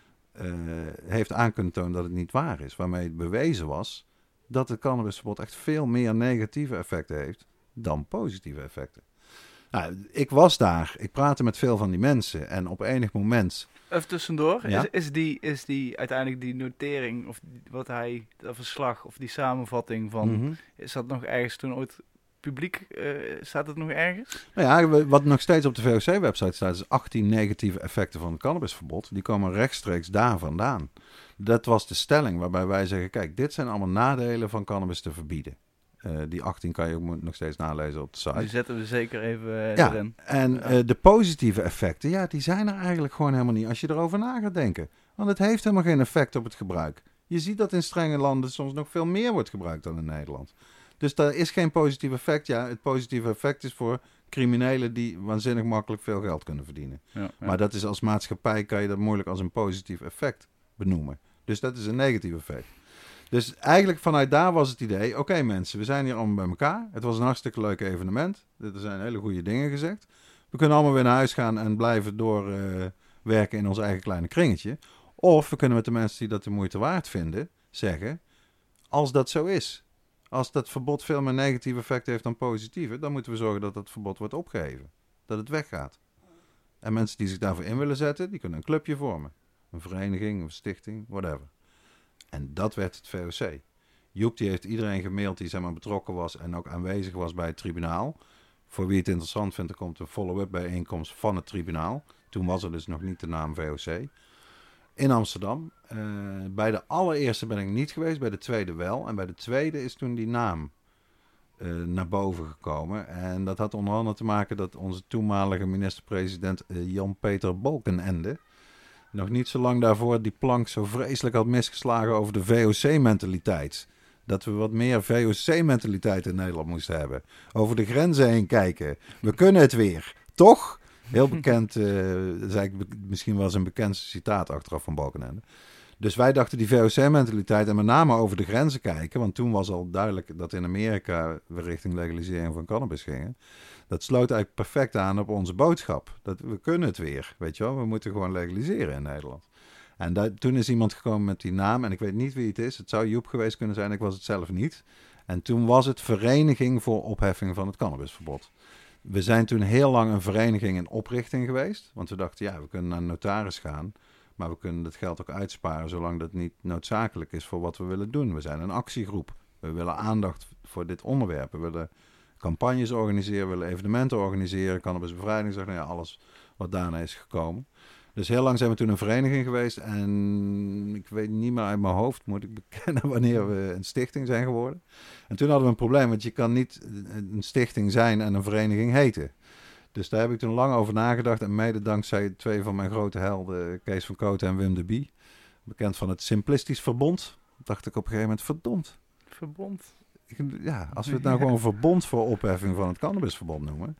heeft aan kunnen tonen dat het niet waar is. Waarmee het bewezen was dat het cannabisverbod echt veel meer negatieve effecten heeft dan positieve effecten. Nou, ik was daar, ik praatte met veel van die mensen en op enig moment... Even tussendoor, ja? is die uiteindelijk die notering of wat hij, dat verslag of die samenvatting van, is dat nog ergens toen ooit publiek, staat het nog ergens? Nou ja, wat nog steeds op de VOC-website staat is 18 negatieve effecten van het cannabisverbod. Die komen rechtstreeks daar vandaan. Dat was de stelling waarbij wij zeggen, kijk, dit zijn allemaal nadelen van cannabis te verbieden. Die 18 kan je ook nog steeds nalezen op de site. Die zetten we zeker even erin. En de positieve effecten, ja, die zijn er eigenlijk gewoon helemaal niet als je erover na gaat denken. Want het heeft helemaal geen effect op het gebruik. Je ziet dat in strenge landen soms nog veel meer wordt gebruikt dan in Nederland. Dus daar is geen positief effect. Ja, het positieve effect is voor criminelen die waanzinnig makkelijk veel geld kunnen verdienen. Ja. Maar dat is als maatschappij kan je dat moeilijk als een positief effect benoemen. Dus dat is een negatief effect. Dus eigenlijk vanuit daar was het idee, oké mensen, we zijn hier allemaal bij elkaar. Het was een hartstikke leuk evenement. Er zijn hele goede dingen gezegd. We kunnen allemaal weer naar huis gaan en blijven doorwerken in ons eigen kleine kringetje. Of we kunnen met de mensen die dat de moeite waard vinden zeggen, als dat zo is, als dat verbod veel meer negatieve effecten heeft dan positieve, dan moeten we zorgen dat dat verbod wordt opgeheven. Dat het weggaat. En mensen die zich daarvoor in willen zetten, die kunnen een clubje vormen. Een vereniging, een stichting, whatever. En dat werd het VOC. Joep die heeft iedereen gemaild die zeg maar, betrokken was en ook aanwezig was bij het tribunaal. Voor wie het interessant vindt, er komt een follow-up bijeenkomst van het tribunaal. Toen was er dus nog niet de naam VOC. In Amsterdam. Bij de allereerste ben ik niet geweest, bij de tweede wel. En bij de tweede is toen die naam naar boven gekomen. En dat had onder andere te maken dat onze toenmalige minister-president Jan-Peter Balkenende nog niet zo lang daarvoor die plank zo vreselijk had misgeslagen over de VOC-mentaliteit. Dat we wat meer VOC-mentaliteit in Nederland moesten hebben. Over de grenzen heen kijken. We kunnen het weer. Toch? Heel bekend, dat is eigenlijk misschien wel eens een bekend citaat achteraf van Balkenende. Dus wij dachten die VOC-mentaliteit en met name over de grenzen kijken. Want toen was al duidelijk dat in Amerika we richting legalisering van cannabis gingen. Dat sloot eigenlijk perfect aan op onze boodschap. Dat we kunnen het weer, weet je wel. We moeten gewoon legaliseren in Nederland. En toen is iemand gekomen met die naam. En ik weet niet wie het is. Het zou Joep geweest kunnen zijn. Ik was het zelf niet. En toen was het Vereniging voor Opheffing van het Cannabisverbod. We zijn toen heel lang een vereniging in oprichting geweest. Want we dachten, ja, we kunnen naar een notaris gaan. Maar we kunnen dat geld ook uitsparen zolang dat niet noodzakelijk is voor wat we willen doen. We zijn een actiegroep. We willen aandacht voor dit onderwerp. We willen campagnes organiseren, we willen evenementen organiseren. Cannabisbevrijdingsdag, nou ja, alles wat daarna is gekomen. Dus heel lang zijn we toen een vereniging geweest. En ik weet niet meer uit mijn hoofd, moet ik bekennen, wanneer we een stichting zijn geworden. En toen hadden we een probleem, want je kan niet een stichting zijn en een vereniging heten. Dus daar heb ik toen lang over nagedacht. En mede dankzij 2 van mijn grote helden, Kees van Kooten en Wim de Bie, bekend van het Simplistisch Verbond, dacht ik op een gegeven moment, verdomd. Verbond? Ja, als we het nou gewoon verbond voor opheffing van het cannabisverbod noemen.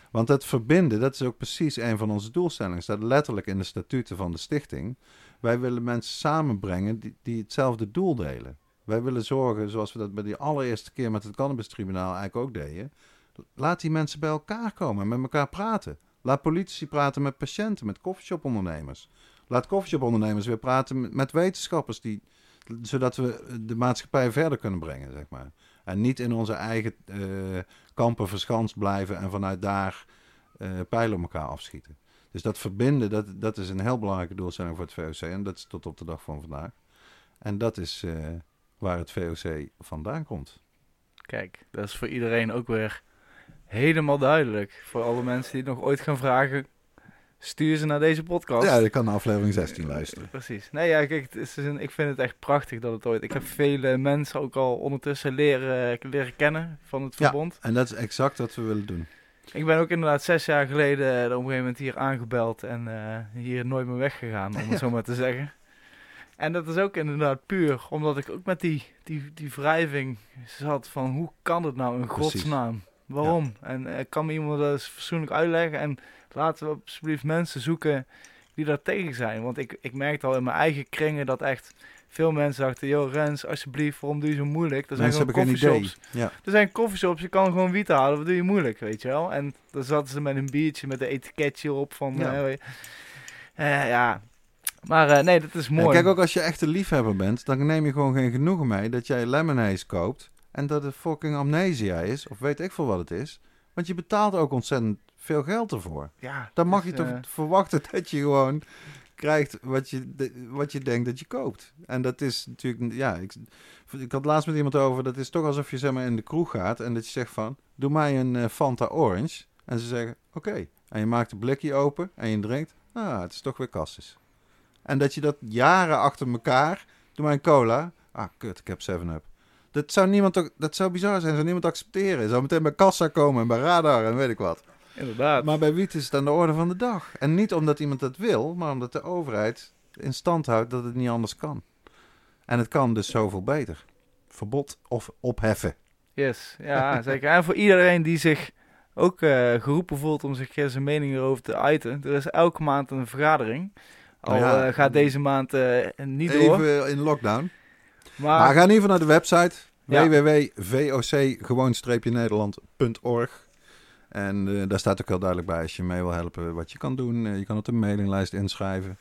Want het verbinden, dat is ook precies een van onze doelstellingen. Staat letterlijk in de statuten van de stichting. Wij willen mensen samenbrengen die hetzelfde doel delen. Wij willen zorgen, zoals we dat bij die allereerste keer met het cannabistribunaal eigenlijk ook deden. Laat die mensen bij elkaar komen en met elkaar praten. Laat politici praten met patiënten, met coffeeshopondernemers. Laat coffeeshopondernemers weer praten met wetenschappers, zodat we de maatschappij verder kunnen brengen, zeg maar. En niet in onze eigen kampen verschanst blijven en vanuit daar pijlen op elkaar afschieten. Dus dat verbinden, dat is een heel belangrijke doelstelling voor het VOC. En dat is tot op de dag van vandaag. En dat is waar het VOC vandaan komt. Kijk, dat is voor iedereen ook weer helemaal duidelijk. Voor alle mensen die het nog ooit gaan vragen, stuur ze naar deze podcast. Ja, je kan naar aflevering 16 luisteren. Precies. Nee, ja, kijk, ik vind het echt prachtig dat het ooit... Ik heb vele mensen ook al ondertussen leren kennen van het verbond. Ja, en dat is exact wat we willen doen. Ik ben ook inderdaad 6 jaar geleden op een gegeven moment hier aangebeld en hier nooit meer weggegaan, om het zo maar te zeggen. En dat is ook inderdaad puur omdat ik ook met die wrijving zat van hoe kan het nou in godsnaam? Waarom? Ja. En kan me iemand dat eens fatsoenlijk uitleggen? En laten we alsjeblieft mensen zoeken die daar tegen zijn. Want ik merkte al in mijn eigen kringen dat echt veel mensen dachten, joh Rens, alsjeblieft, waarom doe je zo moeilijk? Er zijn mensen gewoon coffeeshops. Ja. Er zijn coffeeshops, je kan gewoon wiet halen, wat doe je moeilijk, weet je wel? En dan zaten ze met een biertje met een etiketje op van, ja... Maar nee, dat is mooi. Ja, kijk, ook als je echt een liefhebber bent, dan neem je gewoon geen genoegen mee dat jij lemon haze koopt en dat het fucking amnesia is, of weet ik veel wat het is. Want je betaalt ook ontzettend veel geld ervoor. Ja, dan mag je toch verwachten dat je gewoon krijgt wat je denkt dat je koopt. En dat is natuurlijk, ja, ik had laatst met iemand over, dat is toch alsof je zeg maar in de kroeg gaat en dat je zegt van, doe mij een Fanta Orange. En ze zeggen, oké. En je maakt een blikje open en je drinkt, het is toch weer Cassis. En dat je dat jaren achter elkaar, doe mij een cola. Kut, ik heb 7-Up. Dat zou bizar zijn, zou niemand accepteren. Zou meteen bij Kassa komen en bij Radar en weet ik wat. Inderdaad. Maar bij wiet is het aan de orde van de dag. En niet omdat iemand dat wil, maar omdat de overheid in stand houdt dat het niet anders kan. En het kan dus zoveel beter. Verbod of opheffen. Yes, ja zeker. En voor iedereen die zich ook geroepen voelt om zich zijn mening erover te uiten. Er is elke maand een vergadering. Al gaat deze maand niet door. Even in lockdown. Maar ga in ieder geval naar de website. www.voc-nederland.org. En daar staat ook heel duidelijk bij als je mee wil helpen wat je kan doen. Je kan op de mailinglijst inschrijven.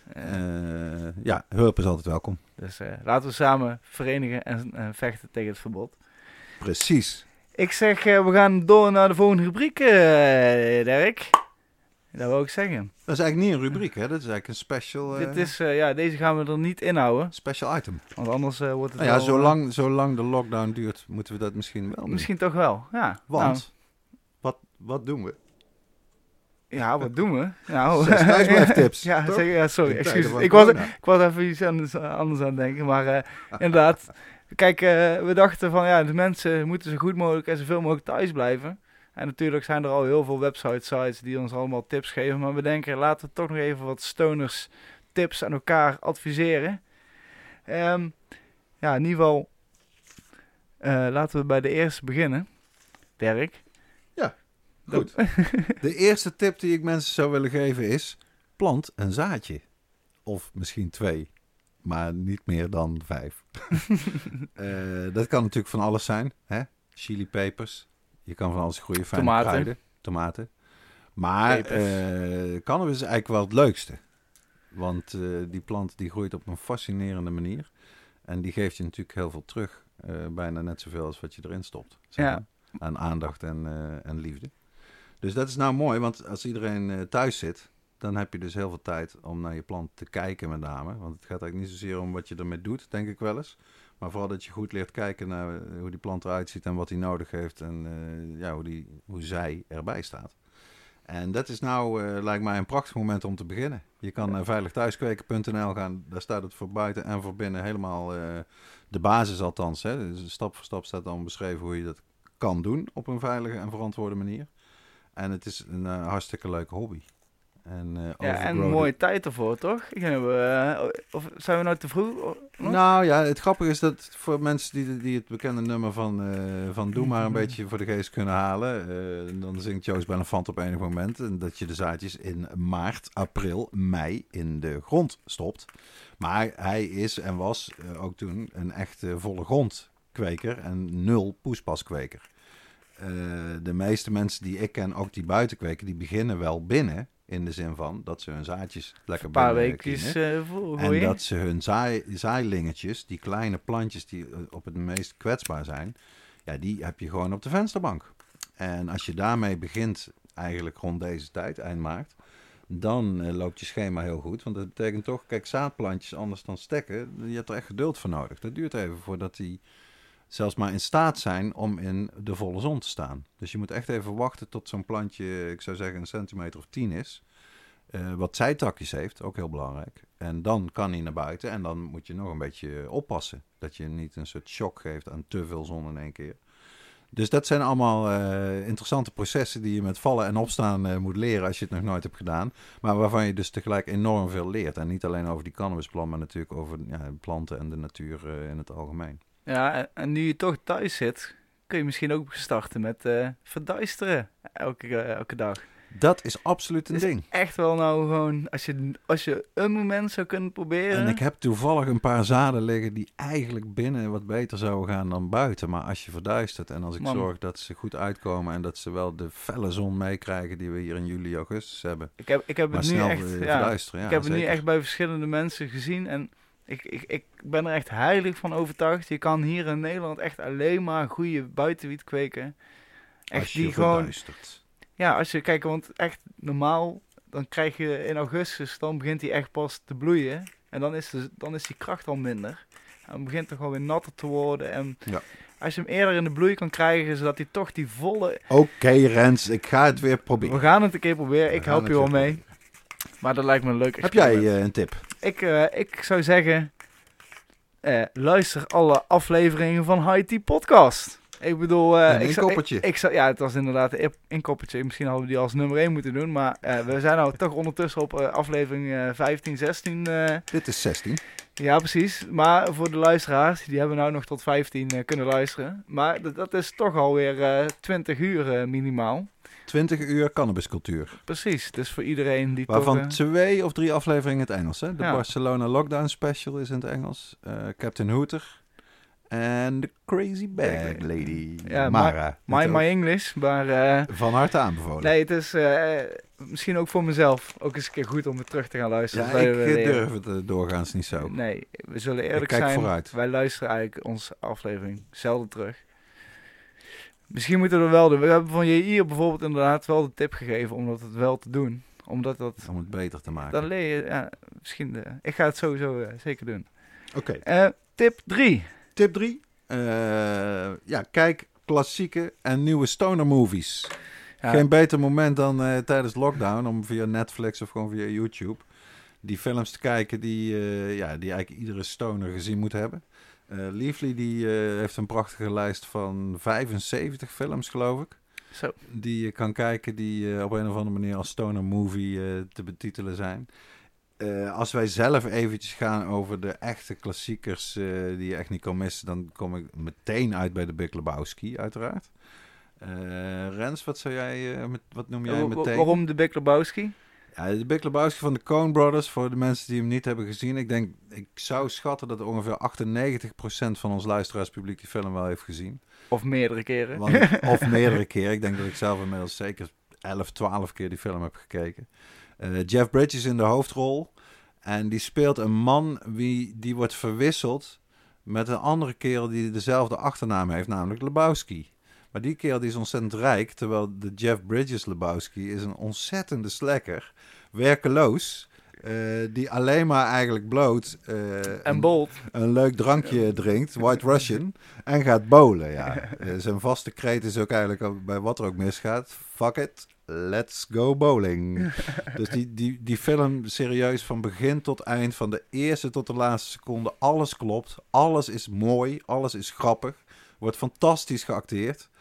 Hulp is altijd welkom. Dus laten we samen verenigen en vechten tegen het verbod. Precies. Ik zeg, we gaan door naar de volgende rubriek, Dirk. Dat wil ik zeggen. Dat is eigenlijk niet een rubriek, hè? Dat is eigenlijk een special... Dit is, deze gaan we er niet inhouden. Special item. Want anders wordt het zolang de lockdown duurt, moeten we dat misschien wel doen. Misschien toch wel, ja. Want, wat doen we? Ja, wat doen we? Nou, 6 thuisblijftips. Sorry, excuses. Ik was even iets anders aan het denken, maar inderdaad. Kijk, we dachten van, de mensen moeten zo goed mogelijk en zoveel mogelijk thuis blijven. En natuurlijk zijn er al heel veel sites die ons allemaal tips geven. Maar we denken, laten we toch nog even wat stoners tips aan elkaar adviseren. In ieder geval, laten we bij de eerste beginnen. Dirk. Ja, goed. De eerste tip die ik mensen zou willen geven is, plant een zaadje. Of misschien 2, maar niet meer dan 5. Dat kan natuurlijk van alles zijn. Hè? Chilipepers. Je kan van alles groeien, fijne kruiden, tomaten. Maar cannabis is eigenlijk wel het leukste. Want die plant die groeit op een fascinerende manier. En die geeft je natuurlijk heel veel terug. Bijna net zoveel als wat je erin stopt. Zeg maar. Aan aandacht en liefde. Dus dat is nou mooi, want als iedereen thuis zit, dan heb je dus heel veel tijd om naar je plant te kijken met name. Want het gaat eigenlijk niet zozeer om wat je ermee doet, denk ik wel eens. Maar vooral dat je goed leert kijken naar hoe die plant eruit ziet en wat hij nodig heeft en hoe zij erbij staat. En dat is nou, lijkt mij, een prachtig moment om te beginnen. Je kan naar veiligthuiskweken.nl gaan, daar staat het voor buiten en voor binnen helemaal de basis althans. Hè. Dus stap voor stap staat dan beschreven hoe je dat kan doen op een veilige en verantwoorde manier. En het is een hartstikke leuke hobby. En en overgrown. een mooie tijd ervoor, toch? Of zijn we nou te vroeg? Nou ja, het grappige is dat voor mensen die het bekende nummer van Doe maar een beetje voor de geest kunnen halen. Dan zingt Joost Bellefant op enig moment. En dat je de zaadjes in maart, april, mei in de grond stopt. Maar hij is en was ook toen een echte volle grondkweker en 0 poespaskweker. De meeste mensen die ik ken, ook die buiten kweken, die beginnen wel binnen. In de zin van dat ze hun zaadjes lekker Een paar binnen weekjes kiezen. En dat ze hun zaailingetjes, die kleine plantjes die op het meest kwetsbaar zijn, ja, die heb je gewoon op de vensterbank. En als je daarmee begint, eigenlijk rond deze tijd, eind maart, dan loopt je schema heel goed. Want dat betekent toch, kijk, zaadplantjes anders dan stekken, je hebt er echt geduld voor nodig. Dat duurt even voordat die zelfs maar in staat zijn om in de volle zon te staan. Dus je moet echt even wachten tot zo'n plantje, ik zou zeggen, 1 centimeter of 10 is. Wat zijtakjes heeft, ook heel belangrijk. En dan kan hij naar buiten en dan moet je nog een beetje oppassen. Dat je niet een soort shock geeft aan te veel zon in één keer. Dus dat zijn allemaal interessante processen die je met vallen en opstaan moet leren als je het nog nooit hebt gedaan. Maar waarvan je dus tegelijk enorm veel leert. En niet alleen over die cannabisplant, maar natuurlijk over planten en de natuur in het algemeen. Ja, en nu je toch thuis zit, kun je misschien ook starten met verduisteren elke dag. Dat is absoluut een Het is ding. echt wel nou gewoon, als je een moment zou kunnen proberen. En ik heb toevallig een paar zaden liggen die eigenlijk binnen wat beter zouden gaan dan buiten. Maar als je verduistert en als ik zorg dat ze goed uitkomen en dat ze wel de felle zon meekrijgen die we hier in juli, augustus hebben. Ik heb maar het nu snel echt, verduisteren. Ja, ik heb het nu zeker. echt bij verschillende mensen gezien en ik ben er echt heilig van overtuigd. Je kan hier in Nederland echt alleen maar goede buitenwiet kweken. Echt als je die gewoon. verduistert. Ja, als je kijkt, want echt normaal, dan krijg je in augustus, dan begint hij echt pas te bloeien. En dan is die kracht al minder. En dan begint het gewoon weer natter te worden. En als je hem eerder in de bloei kan krijgen, zodat hij toch die volle... Oké, Rens, ik ga het weer proberen. We gaan het een keer proberen, ik help je wel mee. Maar dat lijkt me een leuk experiment. Heb jij een tip? Ik zou zeggen, luister alle afleveringen van High Tea Podcast. Ik bedoel... een inkoppertje. Het was inderdaad een inkoppertje. Misschien hadden we die als nummer 1 moeten doen. Maar we zijn nou toch ondertussen op aflevering 15, 16. Dit is 16. Ja, precies. Maar voor de luisteraars, die hebben nou nog tot 15 kunnen luisteren. Maar dat is toch alweer 20 uur minimaal. 20 uur cannabiscultuur. Precies, dus voor iedereen die waarvan toch... 2 of 3 afleveringen in het Engels. Hè? De Ja. Barcelona Lockdown Special is in het Engels. Captain Hooter. En The Crazy Bag Lady. Ja, Mara. My English, maar... van harte aanbevolen. Nee, het is misschien ook voor mezelf ook eens een keer goed om het terug te gaan luisteren. Ja, ik durf het doorgaans niet zo. Nee, we zullen eerlijk kijk zijn. Vooruit. Wij luisteren eigenlijk onze aflevering zelden terug. Misschien moeten we het wel doen. We hebben van JI bijvoorbeeld inderdaad wel de tip gegeven om dat wel te doen. Omdat dat... Om het beter te maken. Dan leer je... Ja, misschien... ik ga het sowieso zeker doen. Oké. Tip 3. Tip 3. Kijk klassieke en nieuwe stoner movies. Ja. Geen beter moment dan tijdens lockdown om via Netflix of gewoon via YouTube die films te kijken die eigenlijk iedere stoner gezien moet hebben. Leafly die heeft een prachtige lijst van 75 films, geloof ik. Zo. Die je kan kijken die op een of andere manier als stoner movie te betitelen zijn. Als wij zelf eventjes gaan over de echte klassiekers die je echt niet kan missen, dan kom ik meteen uit bij de Big Lebowski, uiteraard. Rens, wat noem jij meteen? Waarom de Big Lebowski? Ja, de Big Lebowski van de Coen Brothers, voor de mensen die hem niet hebben gezien. Ik zou schatten dat ongeveer 98% van ons luisteraarspubliek die film wel heeft gezien. Of meerdere keren. Of meerdere keren. Ik denk dat ik zelf inmiddels zeker 11, 12 keer die film heb gekeken. Jeff Bridges in de hoofdrol. En die speelt een man die wordt verwisseld met een andere kerel die dezelfde achternaam heeft, namelijk Lebowski. Maar die kerel die is ontzettend rijk, terwijl de Jeff Bridges Lebowski is een ontzettende slekker, werkeloos, die alleen maar eigenlijk bloot en bold een leuk drankje drinkt, White Russian, en gaat bowlen. Ja. Zijn vaste kreet is ook eigenlijk bij wat er ook misgaat, fuck it, let's go bowling. Dus die film serieus van begin tot eind, van de eerste tot de laatste seconde, alles klopt, alles is mooi, alles is grappig, wordt fantastisch geacteerd.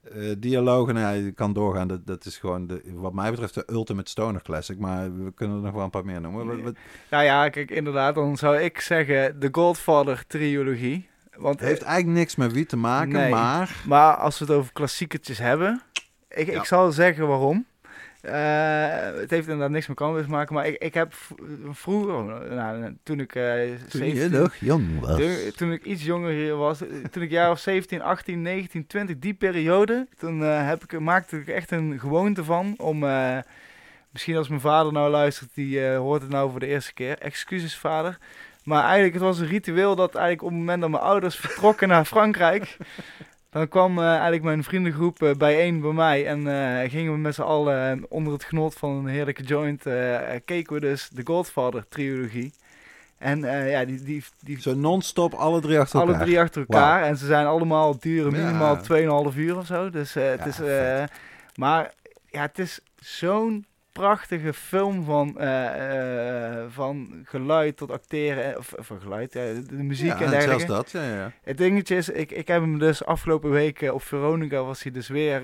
Dialogen, nou ja, je kan doorgaan. Dat is gewoon, wat mij betreft, de ultimate stoner classic. Maar we kunnen er nog wel een paar meer noemen. Nou ja, kijk, inderdaad, dan zou ik zeggen de Godfather-trilogie. Want Het heeft eigenlijk niks met wie te maken, nee, maar als we het over klassiekertjes hebben, ik zal zeggen waarom. Het heeft inderdaad niks met cannabis te maken, maar ik heb vroeger, toen ik 17, je nog jong was. Toen ik iets jonger was, toen ik jaar of 17, 18, 19, 20, die periode, toen maakte ik echt een gewoonte van om, misschien als mijn vader nou luistert, die hoort het nou voor de eerste keer, excuses vader. Maar eigenlijk, het was een ritueel dat eigenlijk op het moment dat mijn ouders vertrokken naar Frankrijk, dan kwam eigenlijk mijn vriendengroep bijeen bij mij en gingen we met z'n allen onder het genot van een heerlijke joint, keken we dus de Godfather-trilogie. En die Zo non-stop alle drie achter elkaar. Alle drie achter elkaar. Wow. En ze zijn allemaal duren minimaal 2,5 uur of zo. Dus het is... maar ja, het is zo'n prachtige film van geluid tot acteren, of van geluid, de muziek en dergelijke. Zelfs dat, ja. Het dingetje is, ik heb hem dus afgelopen week op Veronica was hij dus weer,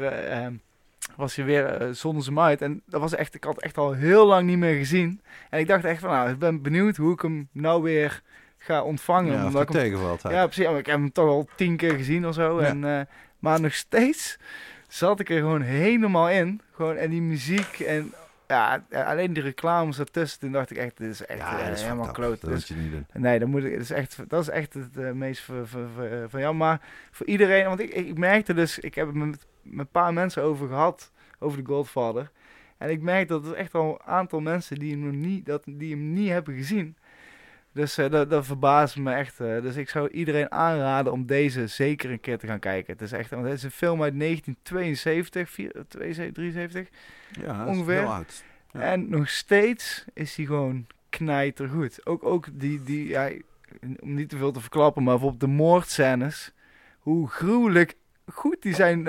zonden ze hem uit. En dat was echt, ik had echt al heel lang niet meer gezien. En ik dacht echt van, nou, ik ben benieuwd hoe ik hem nou weer ga ontvangen. Ja, omdat ik hem tegenvalt. Ja, precies. Ik heb hem toch al 10 keer gezien of zo. Ja. Maar nog steeds zat ik er gewoon helemaal in. Gewoon, en die muziek en ja, alleen die reclames ertussen. Toen dacht ik echt, dit is echt helemaal kloot. Dat moet je niet doen. Nee, dat is echt het meest van jou. Maar voor iedereen, want ik merkte dus, ik heb het met een paar mensen over gehad, over de Godfather. En ik merkte dat er echt al een aantal mensen die hem niet hebben gezien. Dus dat verbaast me echt. Dus ik zou iedereen aanraden om deze zeker een keer te gaan kijken. Het is echt, want het is een film uit 1972, 73 ja, ongeveer. Is heel oud. Ja. En nog steeds is hij gewoon knijtergoed. Ook die ja, om niet te veel te verklappen, maar bijvoorbeeld de moordscènes. Hoe gruwelijk goed die zijn.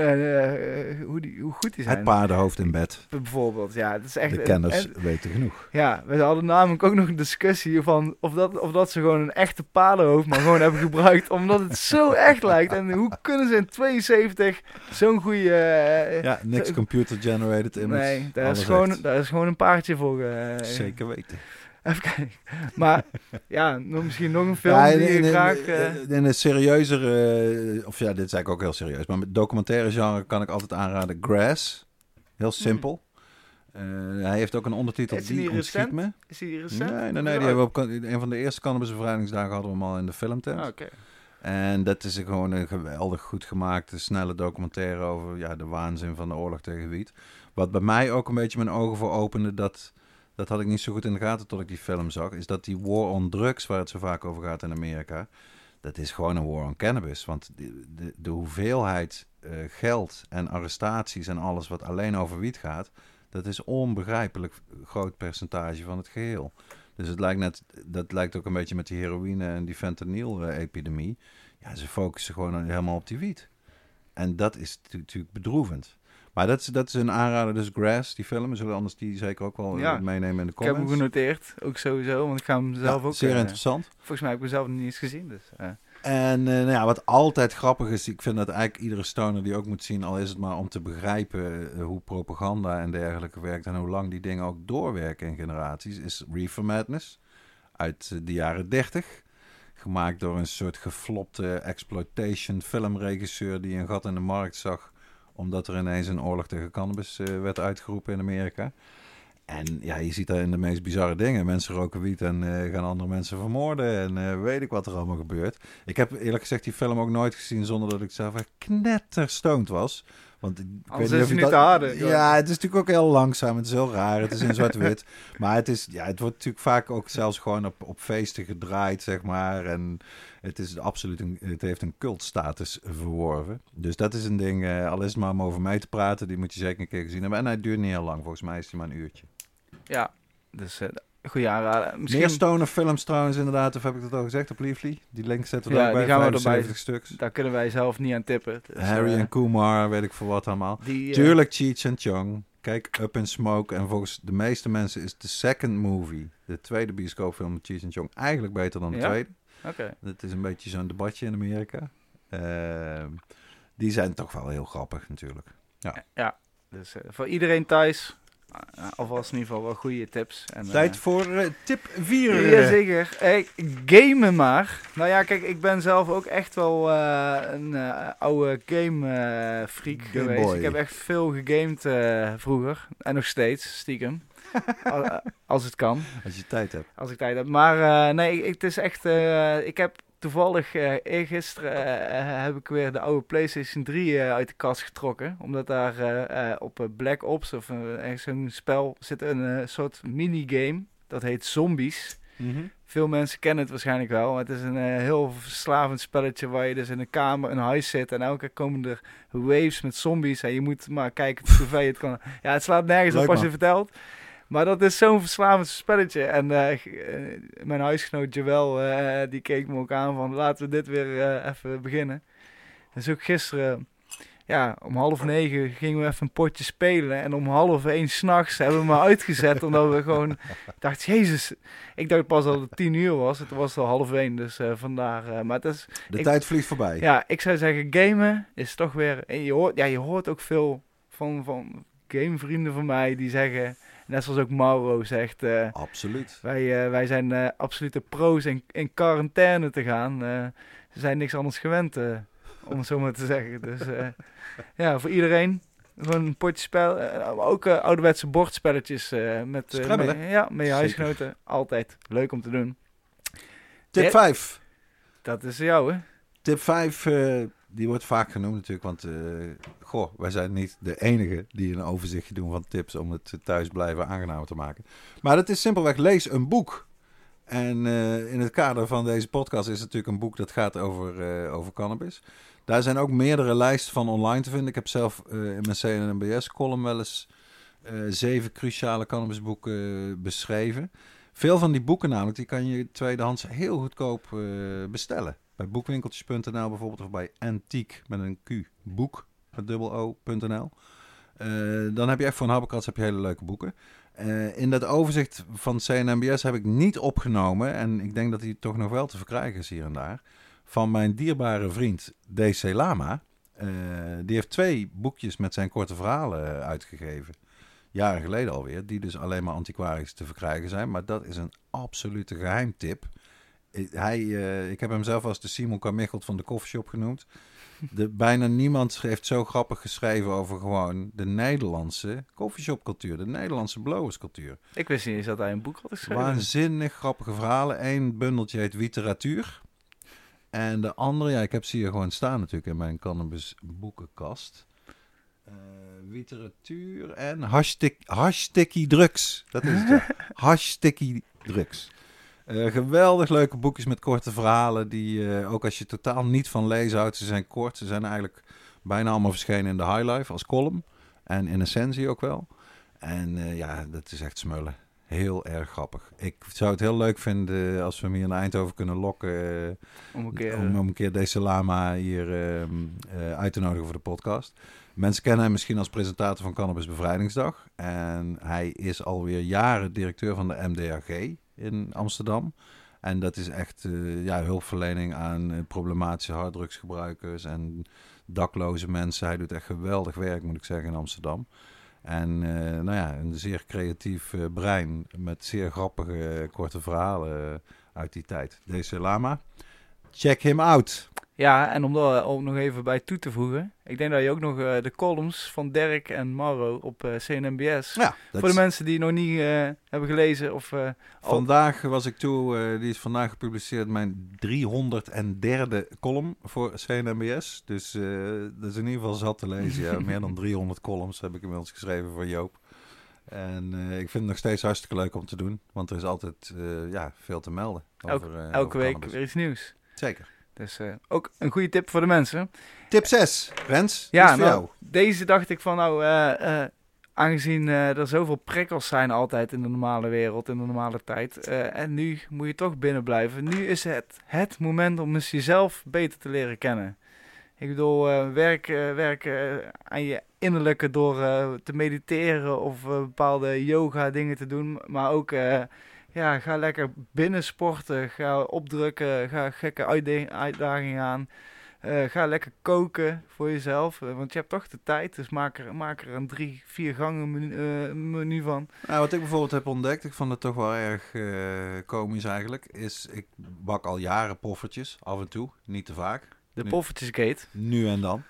Hoe goed die zijn. Het paardenhoofd in bed. Bijvoorbeeld, ja. Het is echt, de kenners weten genoeg. Ja, we hadden namelijk ook nog een discussie van of dat ze gewoon een echte paardenhoofd maar gewoon hebben gebruikt. Omdat het zo echt lijkt. En hoe kunnen ze in 72 zo'n goede... ja, niks computer-generated image. Nee, daar is gewoon een paardje voor. Zeker weten. Even kijken. Maar ja, misschien nog een film die ik graag... In een serieuzere... of ja, dit is eigenlijk ook heel serieus. Maar met documentaire genre kan ik altijd aanraden Grass. Heel simpel. Hij heeft ook een ondertitel die ontschiet me. Is hij recent? Nee. Die hebben we op een van de eerste cannabisbevrijdingsdagen hadden we hem al in de filmtent. Ah, okay. En dat is gewoon een geweldig goed gemaakte, snelle documentaire over de waanzin van de oorlog tegen wiet. Wat bij mij ook een beetje mijn ogen voor opende, dat had ik niet zo goed in de gaten tot ik die film zag, is dat die war on drugs, waar het zo vaak over gaat in Amerika, dat is gewoon een war on cannabis. Want de hoeveelheid geld en arrestaties en alles wat alleen over wiet gaat, dat is onbegrijpelijk groot percentage van het geheel. Dus dat lijkt ook een beetje met die heroïne en die fentanyl-epidemie. Ja, ze focussen gewoon helemaal op die wiet. En dat is natuurlijk bedroevend. Maar dat is een aanrader, dus Grass, die film. We zullen anders die zeker ook wel meenemen in de comments. Ik heb hem genoteerd, ook sowieso, want ik ga hem zelf ook... Zeer interessant. Volgens mij heb ik hem zelf niet eens gezien, dus... En wat altijd grappig is, ik vind dat eigenlijk iedere stoner die ook moet zien, al is het maar om te begrijpen hoe propaganda en dergelijke werkt en hoe lang die dingen ook doorwerken in generaties, is Reefer Madness uit de jaren 30. Gemaakt door een soort geflopte exploitation filmregisseur die een gat in de markt zag, omdat er ineens een oorlog tegen cannabis werd uitgeroepen in Amerika. En ja, je ziet daar in de meest bizarre dingen. Mensen roken wiet en gaan andere mensen vermoorden. En weet ik wat er allemaal gebeurt. Ik heb eerlijk gezegd die film ook nooit gezien zonder dat ik zelf echt knetterstoned was. Want ik weet niet of je niet te harde. Ja, het is natuurlijk ook heel langzaam. Het is heel raar. Het is in zwart-wit. Maar het wordt natuurlijk vaak ook zelfs gewoon op feesten gedraaid, zeg maar. En het is absoluut het heeft een cultstatus verworven. Dus dat is een ding, al is het maar om over mij te praten, die moet je zeker een keer gezien hebben. En hij duurt niet heel lang. Volgens mij is hij maar een uurtje. Ja, dus goede aanrader. Meer stoner films trouwens inderdaad, of heb ik dat al gezegd op Leafly? Die link zetten we ja, daarbij, die gaan 75 erbij. stuks. Daar kunnen wij zelf niet aan tippen. Dus, Harry en Kumar, weet ik voor wat allemaal. Tuurlijk Cheech and Chong. Kijk, Up in Smoke. En volgens de meeste mensen is The Second Movie, de tweede bioscoopfilm met Cheech and Chong, eigenlijk beter dan de tweede. Okay. Dat is een beetje zo'n debatje in Amerika. die zijn toch wel heel grappig natuurlijk. Ja, dus voor iedereen thuis, alvast in ieder geval wel goede tips. En, Tijd voor tip 4. Jazeker. Gamen maar. Nou ja, kijk, ik ben zelf ook echt wel een oude game freak geweest. Boy. Ik heb echt veel gegamed vroeger. En nog steeds, stiekem. Als het kan. Als je tijd hebt. Als ik tijd heb. Maar nee, het is echt... ik heb toevallig eergisteren heb ik weer de oude PlayStation 3 uit de kast getrokken. Omdat daar op Black Ops of ergens zo'n spel zit een soort minigame. Dat heet Zombies. Mm-hmm. Veel mensen kennen het waarschijnlijk wel. Het is een heel verslavend spelletje waar je dus in een kamer, een huis zit. En elke keer komen er waves met zombies. En je moet maar kijken hoe ver je het kan. Ja, het slaat nergens Leuk, op als man. je vertelt. Maar dat is zo'n verslavend spelletje. En mijn huisgenoot Joël, die keek me ook aan van laten we dit weer even beginnen. Dus ook gisteren, ja, om 8:30 gingen we even een potje spelen. En om 12:30 s'nachts hebben we me uitgezet. Omdat we gewoon, ik dacht, jezus. Ik dacht pas dat het 10:00 was. Het was al 12:30, dus vandaar. Maar het is, Tijd vliegt voorbij. ja, ik zou zeggen, gamen is toch weer... En je hoort ook veel van gamevrienden van mij die zeggen... Net zoals ook Mauro zegt... Absoluut. Wij zijn absolute pro's in quarantaine te gaan. Ze zijn niks anders gewend, om het zo maar te zeggen. Dus ja, voor iedereen... Gewoon een potje spel. Ook ouderwetse bordspelletjes met je huisgenoten. Altijd leuk om te doen. Tip 5. Dat is jou, hè? Tip 5, die wordt vaak genoemd natuurlijk, want wij zijn niet de enige die een overzichtje doen van tips om het thuisblijven aangenamer te maken. Maar dat is simpelweg, lees een boek. En in het kader van deze podcast is het natuurlijk een boek dat gaat over cannabis. Daar zijn ook meerdere lijsten van online te vinden. Ik heb zelf in mijn CNNBS-column wel eens 7 cruciale cannabisboeken beschreven. Veel van die boeken namelijk, die kan je tweedehands heel goedkoop bestellen. Bij boekwinkeltjes.nl bijvoorbeeld, of bij Antiek met een Q, boek met .o.nl. Dan heb je echt voor een habbekrats hele leuke boeken. In dat overzicht van CNNBS heb ik niet opgenomen, en ik denk dat die toch nog wel te verkrijgen is hier en daar, van mijn dierbare vriend DC Lama. Die heeft 2 boekjes met zijn korte verhalen uitgegeven. Jaren geleden alweer, die dus alleen maar antiquarisch te verkrijgen zijn. Maar dat is een absolute geheimtip. Ik heb hem zelf als de Simon Carmichelt van de Coffeeshop genoemd. Bijna niemand heeft zo grappig geschreven over gewoon de Nederlandse coffeeshopcultuur. De Nederlandse blowerscultuur. Ik wist niet eens dat hij een boek had geschreven. Waanzinnig grappige verhalen. Eén bundeltje heet Literatuur. En de andere, ja, ik heb ze hier gewoon staan natuurlijk in mijn cannabis boekenkast. Literatuur en hashtaggy drugs. Dat is het, ja. Hashtaggy drugs. Geweldig leuke boekjes met korte verhalen die ook als je totaal niet van lezen houdt, ze zijn kort. Ze zijn eigenlijk bijna allemaal verschenen in de High Life als column. En in Essentie ook wel. En ja, dat is echt smullen. Heel erg grappig. Ik zou het heel leuk vinden als we hem hier naar Eindhoven kunnen lokken. Om een keer deze Lama hier uit te nodigen voor de podcast. Mensen kennen hem misschien als presentator van Cannabis Bevrijdingsdag. En hij is alweer jaren directeur van de MDAG in Amsterdam. En dat is echt hulpverlening aan problematische harddrugsgebruikers en dakloze mensen. Hij doet echt geweldig werk, moet ik zeggen, in Amsterdam. En een zeer creatief brein met zeer grappige korte verhalen uit die tijd. DC Lama, check him out. Ja, en om daar nog even bij toe te voegen. Ik denk dat je ook nog de columns van Dirk en Mauro op CNNBS... Ja, voor de mensen die nog niet hebben gelezen of... Vandaag was ik toe, die is vandaag gepubliceerd, mijn 303e column voor CNNBS. Dus dat is in ieder geval zat te lezen. Ja. Meer dan 300 columns heb ik inmiddels geschreven voor Joop. En ik vind het nog steeds hartstikke leuk om te doen. Want er is altijd veel te melden. Elke week weer iets nieuws. Zeker. Dus ook een goede tip voor de mensen. Tip 6, Rens. Ja, nou, deze dacht ik van aangezien er zoveel prikkels zijn altijd in de normale wereld, in de normale tijd. En nu moet je toch binnen blijven. Nu is het moment om eens jezelf beter te leren kennen. Ik bedoel, werk aan je innerlijke door te mediteren of bepaalde yoga dingen te doen. Maar ook... ga lekker binnen sporten, ga opdrukken, ga gekke uitdagingen aan. Ga lekker koken voor jezelf, want je hebt toch de tijd. Dus maak er een 3-4 gangen menu van. Nou, wat ik bijvoorbeeld heb ontdekt, ik vond het toch wel erg komisch eigenlijk, is ik bak al jaren poffertjes, af en toe, niet te vaak. De poffertjesgate. Nu en dan.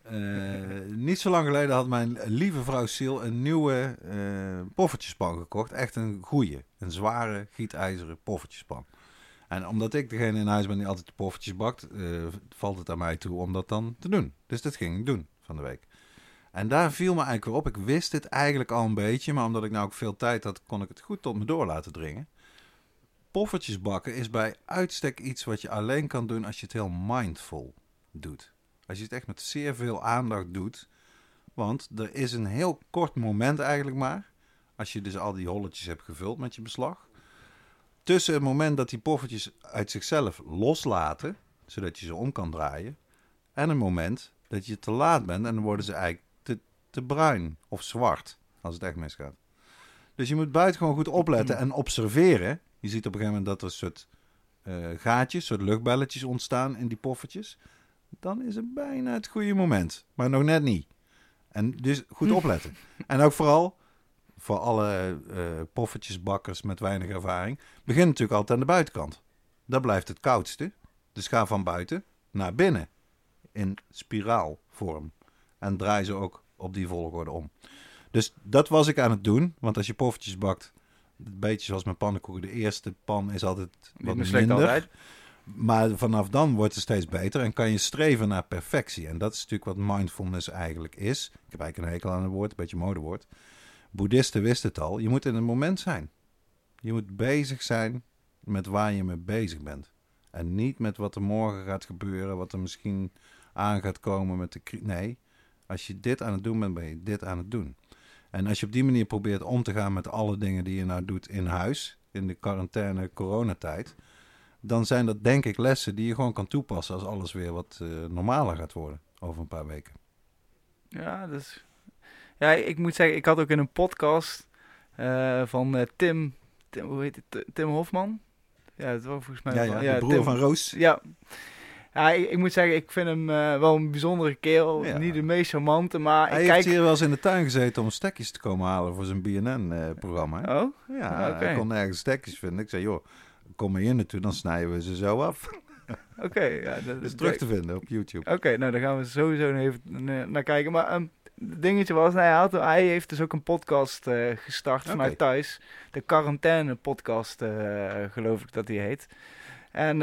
Niet zo lang geleden had mijn lieve vrouw Sil een nieuwe poffertjespan gekocht. Echt een goeie, een zware gietijzeren poffertjespan. En omdat ik degene in huis ben die altijd de poffertjes bakt, valt het aan mij toe om dat dan te doen. Dus dat ging ik doen van de week. En daar viel me eigenlijk weer op. Ik wist het eigenlijk al een beetje, maar omdat ik nou ook veel tijd had, kon ik het goed tot me door laten dringen. Poffertjes bakken is bij uitstek iets wat je alleen kan doen als je het heel mindful doet. Als je het echt met zeer veel aandacht doet. Want er is een heel kort moment eigenlijk maar, als je dus al die holletjes hebt gevuld met je beslag, tussen het moment dat die poffertjes uit zichzelf loslaten, zodat je ze om kan draaien, en het moment dat je te laat bent en dan worden ze eigenlijk te bruin of zwart, als het echt misgaat. Dus je moet buitengewoon goed opletten en observeren. Je ziet op een gegeven moment dat er een soort gaatjes, soort luchtbelletjes ontstaan in die poffertjes. Dan is het bijna het goede moment, maar nog net niet. En dus goed opletten. En ook vooral voor alle poffertjesbakkers met weinig ervaring, begin natuurlijk altijd aan de buitenkant. Dat blijft het koudste. Dus ga van buiten naar binnen in spiraalvorm. En draai ze ook op die volgorde om. Dus dat was ik aan het doen. Want als je poffertjes bakt, een beetje zoals met pannenkoeken, de eerste pan is altijd wat minder. Altijd. Maar vanaf dan wordt het steeds beter en kan je streven naar perfectie. En dat is natuurlijk wat mindfulness eigenlijk is. Ik heb eigenlijk een hekel aan het woord, een beetje een modewoord. Boeddhisten wisten het al. Je moet in het moment zijn. Je moet bezig zijn met waar je mee bezig bent. En niet met wat er morgen gaat gebeuren, wat er misschien aan gaat komen met de... Nee, als je dit aan het doen bent, ben je dit aan het doen. En als je op die manier probeert om te gaan met alle dingen die je nou doet in huis, in de quarantaine coronatijd, dan zijn dat denk ik lessen die je gewoon kan toepassen als alles weer wat normaler gaat worden over een paar weken. Ja, dus... Ja, ik moet zeggen, ik had ook in een podcast van Tim, hoe heet het? Tim Hofman. Ja, dat was volgens mij... Ja, de broer van Roos. Ja, ik moet zeggen, ik vind hem wel een bijzondere kerel. Ja. Niet de meest charmante, maar... Hij heeft hier wel eens in de tuin gezeten om stekjes te komen halen voor zijn BNN-programma. Oh? Ja, okay. Hij kon nergens stekjes vinden. Ik zei, joh, kom maar hier naartoe, dan snijden we ze zo af. Oké. Ja, dat is terug te vinden op YouTube. Oké, nou, daar gaan we sowieso even naar kijken. Maar het dingetje was, hij heeft dus ook een podcast gestart vanuit thuis. De quarantaine podcast, geloof ik dat die heet. En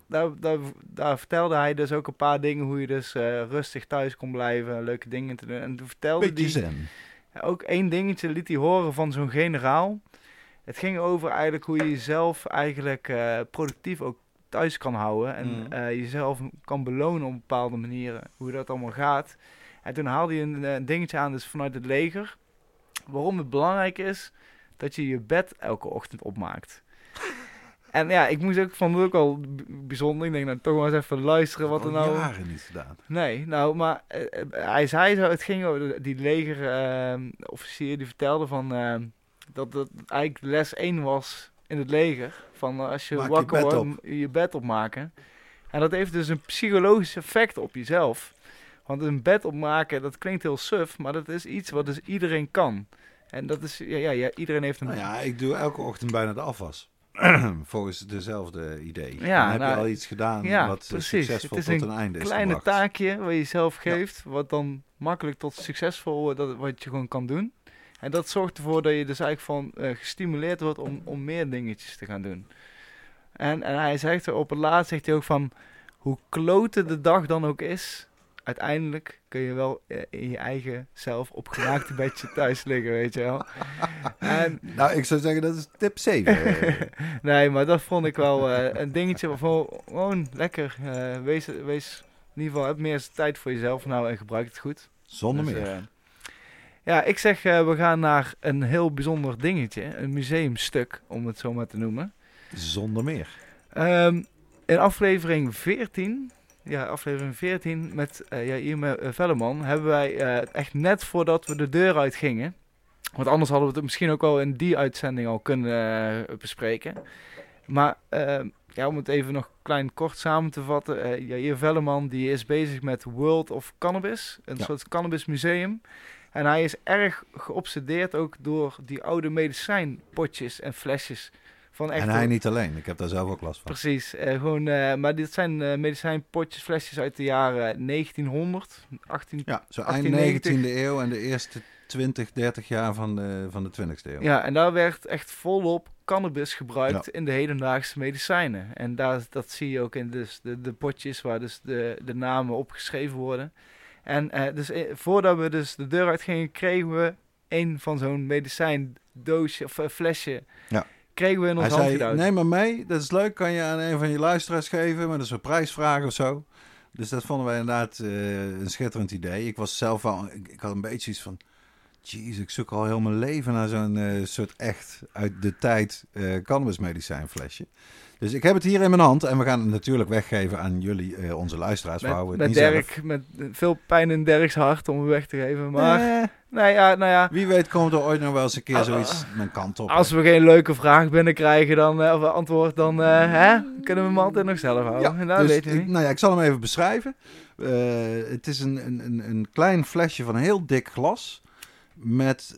daar vertelde hij dus ook een paar dingen hoe je dus rustig thuis kon blijven, leuke dingen te doen. En toen vertelde hij ook één dingetje, liet hij horen van zo'n generaal. Het ging over eigenlijk hoe je jezelf eigenlijk productief ook thuis kan houden. En jezelf kan belonen op bepaalde manieren, hoe dat allemaal gaat. En toen haalde hij een dingetje aan, dus vanuit het leger. Waarom het belangrijk is dat je je bed elke ochtend opmaakt. En ja, ik vond het ook al bijzonder. Ik denk, nou, toch maar eens even luisteren wat er nou... jaren niet gedaan. Nee, nou, maar hij zei zo, het ging over die legerofficier die vertelde van... dat eigenlijk les 1 was in het leger. Van als je wakker wordt, je bed opmaken. En dat heeft dus een psychologisch effect op jezelf. Want een bed opmaken, dat klinkt heel suf, maar dat is iets wat dus iedereen kan. En dat is, iedereen heeft een... Nou ja, ik doe elke ochtend bijna de afwas. Volgens dezelfde idee. Ja, dan heb je al iets gedaan wat succesvol tot een einde is gebracht. Het is een kleine taakje wat je jezelf geeft, wat dan makkelijk tot succesvol wordt, wat je gewoon kan doen. En dat zorgt ervoor dat je dus eigenlijk van gestimuleerd wordt om meer dingetjes te gaan doen. En hij zegt op het laatst, zegt hij ook van, hoe klote de dag dan ook is, uiteindelijk kun je wel in je eigen zelf opgemaakte bedje thuis liggen, weet je wel. En, nou, ik zou zeggen dat is tip 7. Nee, maar dat vond ik wel een dingetje waarvan gewoon lekker. Wees in ieder geval, heb meer tijd voor jezelf nou en gebruik het goed. Zonder meer. Ja, ik zeg we gaan naar een heel bijzonder dingetje. Een museumstuk, om het zo maar te noemen. Zonder meer. In aflevering 14... Ja, aflevering 14 met Irma Velleman hebben wij echt net voordat we de deur uit gingen. Want anders hadden we het misschien ook wel in die uitzending al kunnen bespreken. Maar om het even nog klein kort samen te vatten. Jair Velleman die is bezig met World of Cannabis. Een soort cannabismuseum. En hij is erg geobsedeerd ook door die oude medicijnpotjes en flesjes. En hij niet alleen. Ik heb daar zelf ook last van. Precies. Maar dit zijn medicijnpotjes, flesjes uit de jaren 1900, 18... Ja, zo eind 19e eeuw en de eerste 20, 30 jaar van de 20e eeuw. Ja, en daar werd echt volop cannabis gebruikt in de hedendaagse medicijnen. En dat zie je ook in dus de potjes waar dus de namen opgeschreven worden. En voordat we dus de deur uit gingen, kregen we een van zo'n medicijndoosje of flesje. Ja. Kregen we in ons hand gedouwd. Neem maar mee, dat is leuk, kan je aan een van je luisteraars geven, maar dat is een prijsvraag of zo. Dus dat vonden wij inderdaad een schitterend idee. Ik was zelf wel, ik had een beetje iets van, jeez, ik zoek al heel mijn leven naar zo'n soort echt uit de tijd cannabismedicijnflesje. Dus ik heb het hier in mijn hand en we gaan het natuurlijk weggeven aan jullie, onze luisteraars. Met Dirk, met veel pijn in Dirks hart om het weg te geven. Maar nou ja. Wie weet komt er ooit nog wel eens een keer zoiets mijn kant op. Als we geen leuke vraag binnenkrijgen of antwoord, dan kunnen we hem altijd nog zelf houden. Ja, en dat weet je niet. Ik zal hem even beschrijven. Het is een klein flesje van heel dik glas. Met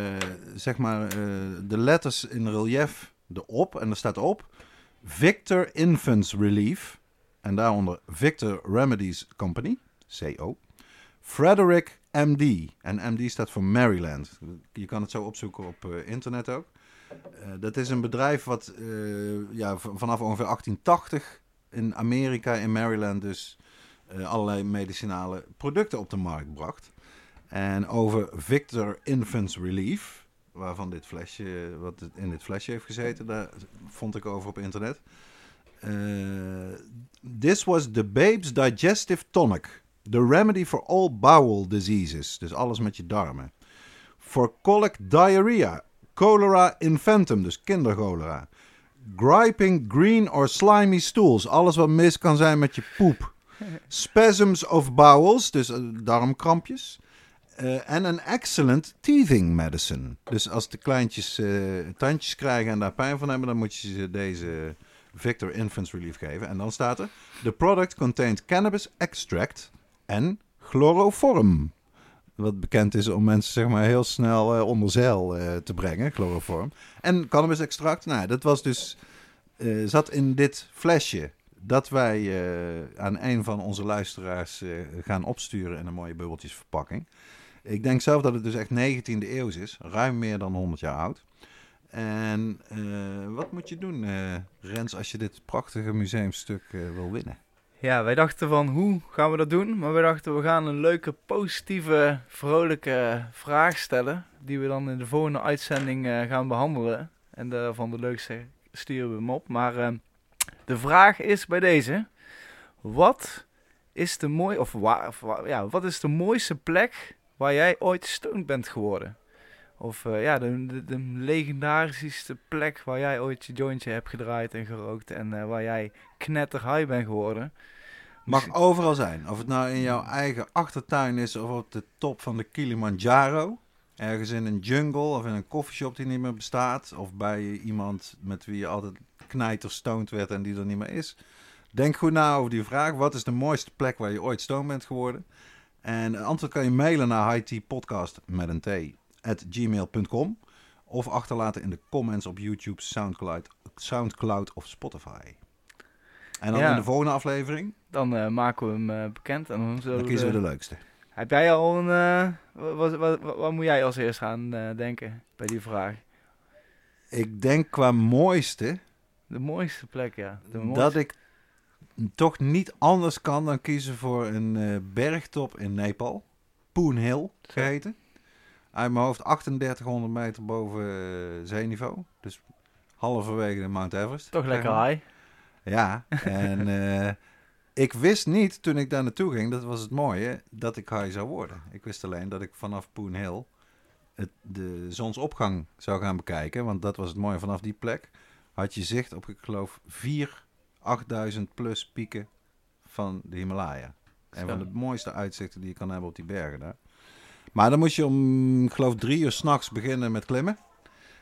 de letters in relief erop. En er staat op Victor Infants Relief. En daaronder Victor Remedies Company. CO. Frederick MD. En MD staat voor Maryland. Je kan het zo opzoeken op internet ook. Dat is een bedrijf wat vanaf ongeveer 1880 in Amerika, in Maryland dus allerlei medicinale producten op de markt bracht. En over Victor Infants Relief, waarvan dit flesje, wat in dit flesje heeft gezeten, daar vond ik over op internet. This was the babe's digestive tonic. The remedy for all bowel diseases. Dus alles met je darmen. For colic diarrhea. Cholera infantum, dus kindercholera. Griping green or slimy stools. Alles wat mis kan zijn met je poep. Spasms of bowels, dus darmkrampjes. En een excellent teething medicine. Dus als de kleintjes tandjes krijgen en daar pijn van hebben, dan moet je ze deze Victor Infants Relief geven. En dan staat er: The product contains cannabis extract en chloroform. Wat bekend is om mensen zeg maar heel snel onder zeil te brengen, chloroform. En cannabis extract, nou dat was dus, zat in dit flesje dat wij aan een van onze luisteraars gaan opsturen in een mooie bubbeltjesverpakking. Ik denk zelf dat het dus echt 19e eeuws is, ruim meer dan 100 jaar oud. En wat moet je doen, Rens, als je dit prachtige museumstuk wil winnen? Ja, wij dachten van hoe gaan we dat doen? Maar wij dachten we gaan een leuke, positieve, vrolijke vraag stellen. Die we dan in de volgende uitzending gaan behandelen. En van de leukste sturen we hem op. Maar de vraag is bij deze: wat is de wat is de mooiste plek waar jij ooit stoned bent geworden? Of de legendarischste plek waar jij ooit je jointje hebt gedraaid en gerookt en waar jij knetterhigh bent geworden. Mag overal zijn. Of het nou in jouw eigen achtertuin is of op de top van de Kilimanjaro. Ergens in een jungle of in een koffieshop die niet meer bestaat. Of bij iemand met wie je altijd knijterstoned werd en die er niet meer is. Denk goed na over die vraag. Wat is de mooiste plek waar je ooit stoned bent geworden? En het antwoord kan je mailen naar hightpodcast@gmail.com of achterlaten in de comments op YouTube, Soundcloud of Spotify. En dan in de volgende aflevering? Dan maken we hem bekend. En dan kiezen we de leukste. Heb jij al een... Wat moet jij als eerst aan denken bij die vraag? Ik denk qua mooiste... De mooiste plek, ja. Dat ik toch niet anders kan dan kiezen voor een bergtop in Nepal. Poon Hill geheten. Uit mijn hoofd 3800 meter boven zeeniveau. Dus halverwege de Mount Everest. Toch lekker high. Ja, en ik wist niet toen ik daar naartoe ging, dat was het mooie, dat ik high zou worden. Ik wist alleen dat ik vanaf Poon Hill de zonsopgang zou gaan bekijken. Want dat was het mooie. Vanaf die plek had je zicht op, ik geloof, 8000 plus pieken van de Himalaya. En van de mooiste uitzichten die je kan hebben op die bergen daar. Maar dan moest je om, ik geloof, 3 uur 's nachts beginnen met klimmen.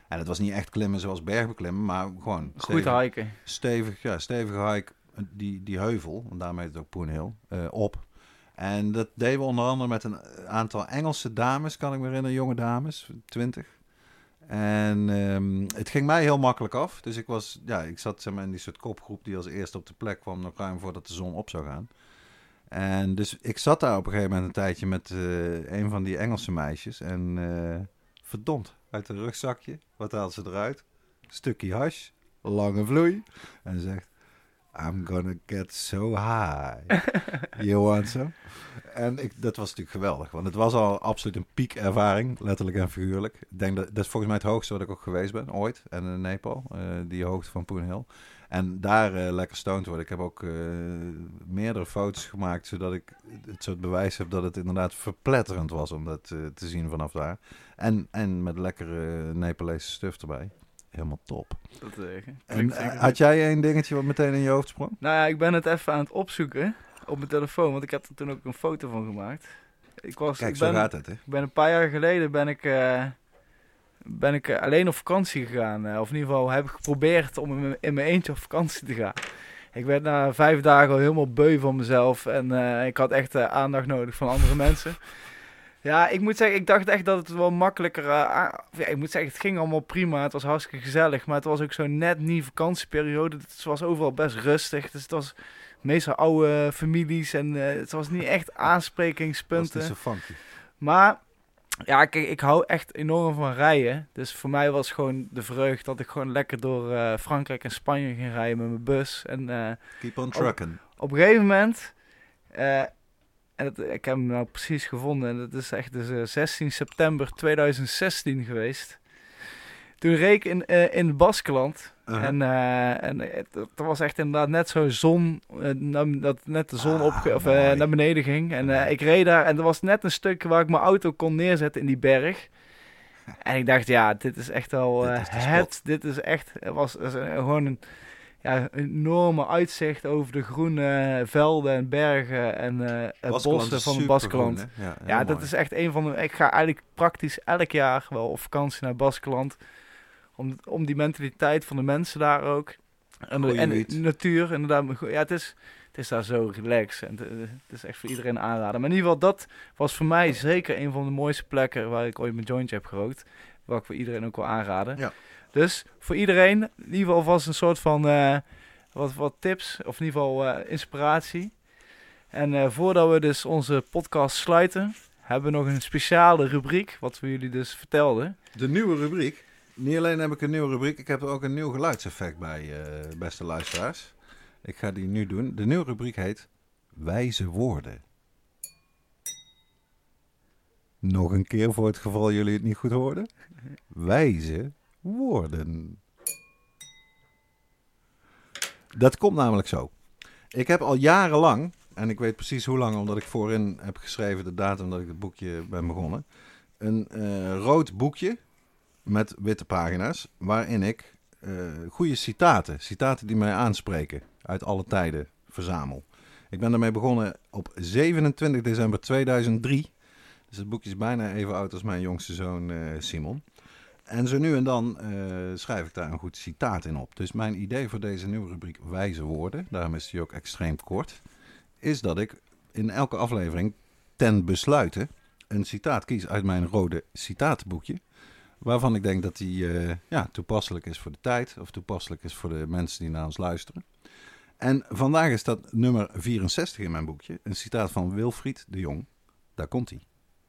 En het was niet echt klimmen zoals bergbeklimmen, maar gewoon Goed hiken. stevige hike, die heuvel, en daarmee het ook Poon Hill, op. En dat deden we onder andere met een aantal Engelse dames, kan ik me herinneren, jonge dames, 20. En het ging mij heel makkelijk af. Dus ik zat zeg maar, in die soort kopgroep die als eerste op de plek kwam, nog ruim voordat de zon op zou gaan. En dus ik zat daar op een gegeven moment een tijdje met een van die Engelse meisjes. En verdomd, uit een rugzakje, wat haalt ze eruit? Stukje hash, lange vloei. En zegt, I'm gonna get so high. You want some? En dat was natuurlijk geweldig, want het was al absoluut een piekervaring, letterlijk en figuurlijk. Ik denk dat is volgens mij het hoogste wat ik ook geweest ben, ooit. En in Nepal, die hoogte van Poon Hill. En daar lekker stoned worden. Ik heb ook meerdere foto's gemaakt, zodat ik het soort bewijs heb dat het inderdaad verpletterend was om dat te zien vanaf daar. En met lekkere Nepalese stuff erbij. Helemaal top. Had jij een dingetje wat meteen in je hoofd sprong? Nou ja, ik ben het even aan het opzoeken op mijn telefoon, want ik heb er toen ook een foto van gemaakt. Zo gaat het, hè? Ik ben een paar jaar geleden ben ik alleen op vakantie gegaan. Of in ieder geval heb ik geprobeerd om in mijn eentje op vakantie te gaan. Ik werd na 5 dagen al helemaal beu van mezelf en ik had echt aandacht nodig van andere mensen. Ja, ik moet zeggen, ik dacht echt dat het wel makkelijker... ik moet zeggen, het ging allemaal prima. Het was hartstikke gezellig. Maar het was ook zo net niet vakantieperiode. Het was overal best rustig. Dus het was meestal oude families. En het was niet echt aansprekingspunten. Dat was niet zo funky. Maar ja, kijk, ik hou echt enorm van rijden. Dus voor mij was gewoon de vreugde dat ik gewoon lekker door Frankrijk en Spanje ging rijden met mijn bus. En, keep on trucking. Op een gegeven moment... ik heb hem nou precies gevonden. En dat is echt 16 september 2016 geweest. Toen reed ik in het Baskeland. Uh-huh. En het was echt inderdaad net zo zon. Dat net de zon naar beneden ging. En ik reed daar. En er was net een stuk waar ik mijn auto kon neerzetten in die berg. En ik dacht, ja, dit is echt wel dit is echt... Het was gewoon een... Ja, een enorme uitzicht over de groene velden en bergen en bossen van het Baskeland. Ja, dat is echt een van de... Ik ga eigenlijk praktisch elk jaar wel op vakantie naar Baskeland. Om die mentaliteit van de mensen daar ook. En de natuur, inderdaad. Ja, het is daar zo relaxed. En het is echt voor iedereen aanraden. Maar in ieder geval, dat was voor mij zeker een van de mooiste plekken waar ik ooit mijn jointje heb gerookt. Wat ik voor iedereen ook wil aanraden. Ja. Dus voor iedereen, in ieder geval vast een soort van wat tips, of in ieder geval inspiratie. En voordat we dus onze podcast sluiten, hebben we nog een speciale rubriek, wat we jullie dus vertelden. De nieuwe rubriek? Niet alleen heb ik een nieuwe rubriek, ik heb er ook een nieuw geluidseffect bij, beste luisteraars. Ik ga die nu doen. De nieuwe rubriek heet Wijze Woorden. Nog een keer voor het geval jullie het niet goed hoorden. Wijze woorden. Dat komt namelijk zo. Ik heb al jarenlang, en ik weet precies hoe lang, omdat ik voorin heb geschreven de datum dat ik het boekje ben begonnen, een rood boekje met witte pagina's, waarin ik goede citaten die mij aanspreken, uit alle tijden verzamel. Ik ben daarmee begonnen op 27 december 2003. Dus het boekje is bijna even oud als mijn jongste zoon Simon. En zo nu en dan schrijf ik daar een goed citaat in op. Dus mijn idee voor deze nieuwe rubriek Wijze Woorden, daarom is die ook extreem kort, is dat ik in elke aflevering ten besluite een citaat kies uit mijn rode citatenboekje, waarvan ik denk dat die toepasselijk is voor de tijd of toepasselijk is voor de mensen die naar ons luisteren. En vandaag is dat nummer 64 in mijn boekje, een citaat van Wilfried de Jong. Daar komt hij.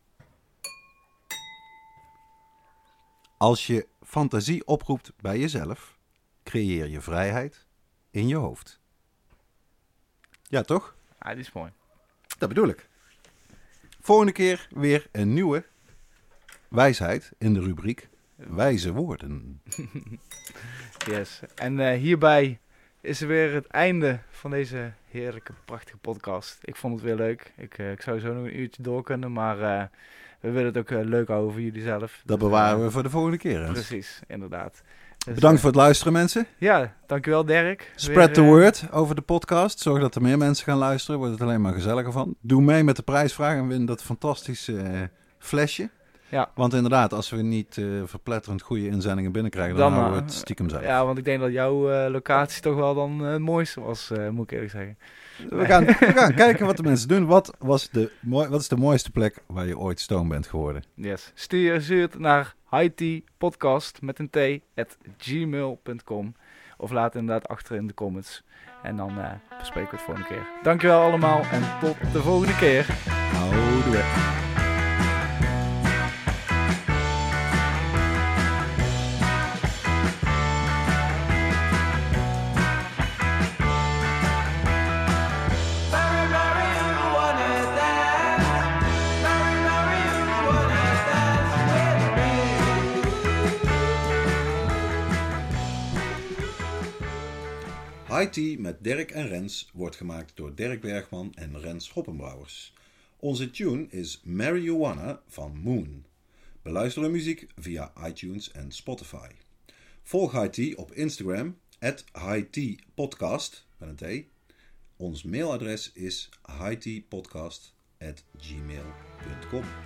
Als je fantasie oproept bij jezelf, creëer je vrijheid in je hoofd. Ja, toch? Ja, die is mooi. Dat bedoel ik. Volgende keer weer een nieuwe wijsheid in de rubriek Wijze Woorden. Yes. En hierbij is er weer het einde van deze heerlijke, prachtige podcast. Ik vond het weer leuk. Ik zou zo nog een uurtje door kunnen, maar we willen het ook leuk houden voor jullie zelf. Dat bewaren we voor de volgende keer. Hè? Precies, inderdaad. Dus, bedankt voor het luisteren, mensen. Ja, dankjewel Dirk. Spread the word over de podcast. Zorg dat er meer mensen gaan luisteren. Wordt het alleen maar gezelliger van. Doe mee met de prijsvraag en win dat fantastische flesje. Ja. Want inderdaad, als we niet verpletterend goede inzendingen binnenkrijgen, dan houden we het stiekem zelf. Ja, want ik denk dat jouw locatie toch wel dan het mooiste was, moet ik eerlijk zeggen. We gaan kijken wat de mensen doen. Wat is de mooiste plek waar je ooit stoom bent geworden? Yes. Stuur het naar HiTPodcast met een t@gmail.com of laat het inderdaad achter in de comments. En dan bespreken we het volgende keer. Dankjewel allemaal en tot de volgende keer. Houdoe weg. High Tea met Dirk en Rens wordt gemaakt door Dirk Bergman en Rens Hoppenbrouwers. Onze tune is Marijuana van Moon. Beluister de muziek via iTunes en Spotify. Volg High Tea op Instagram @HighTeaPodcast met een T. Ons mailadres is highteapodcast@gmail.com.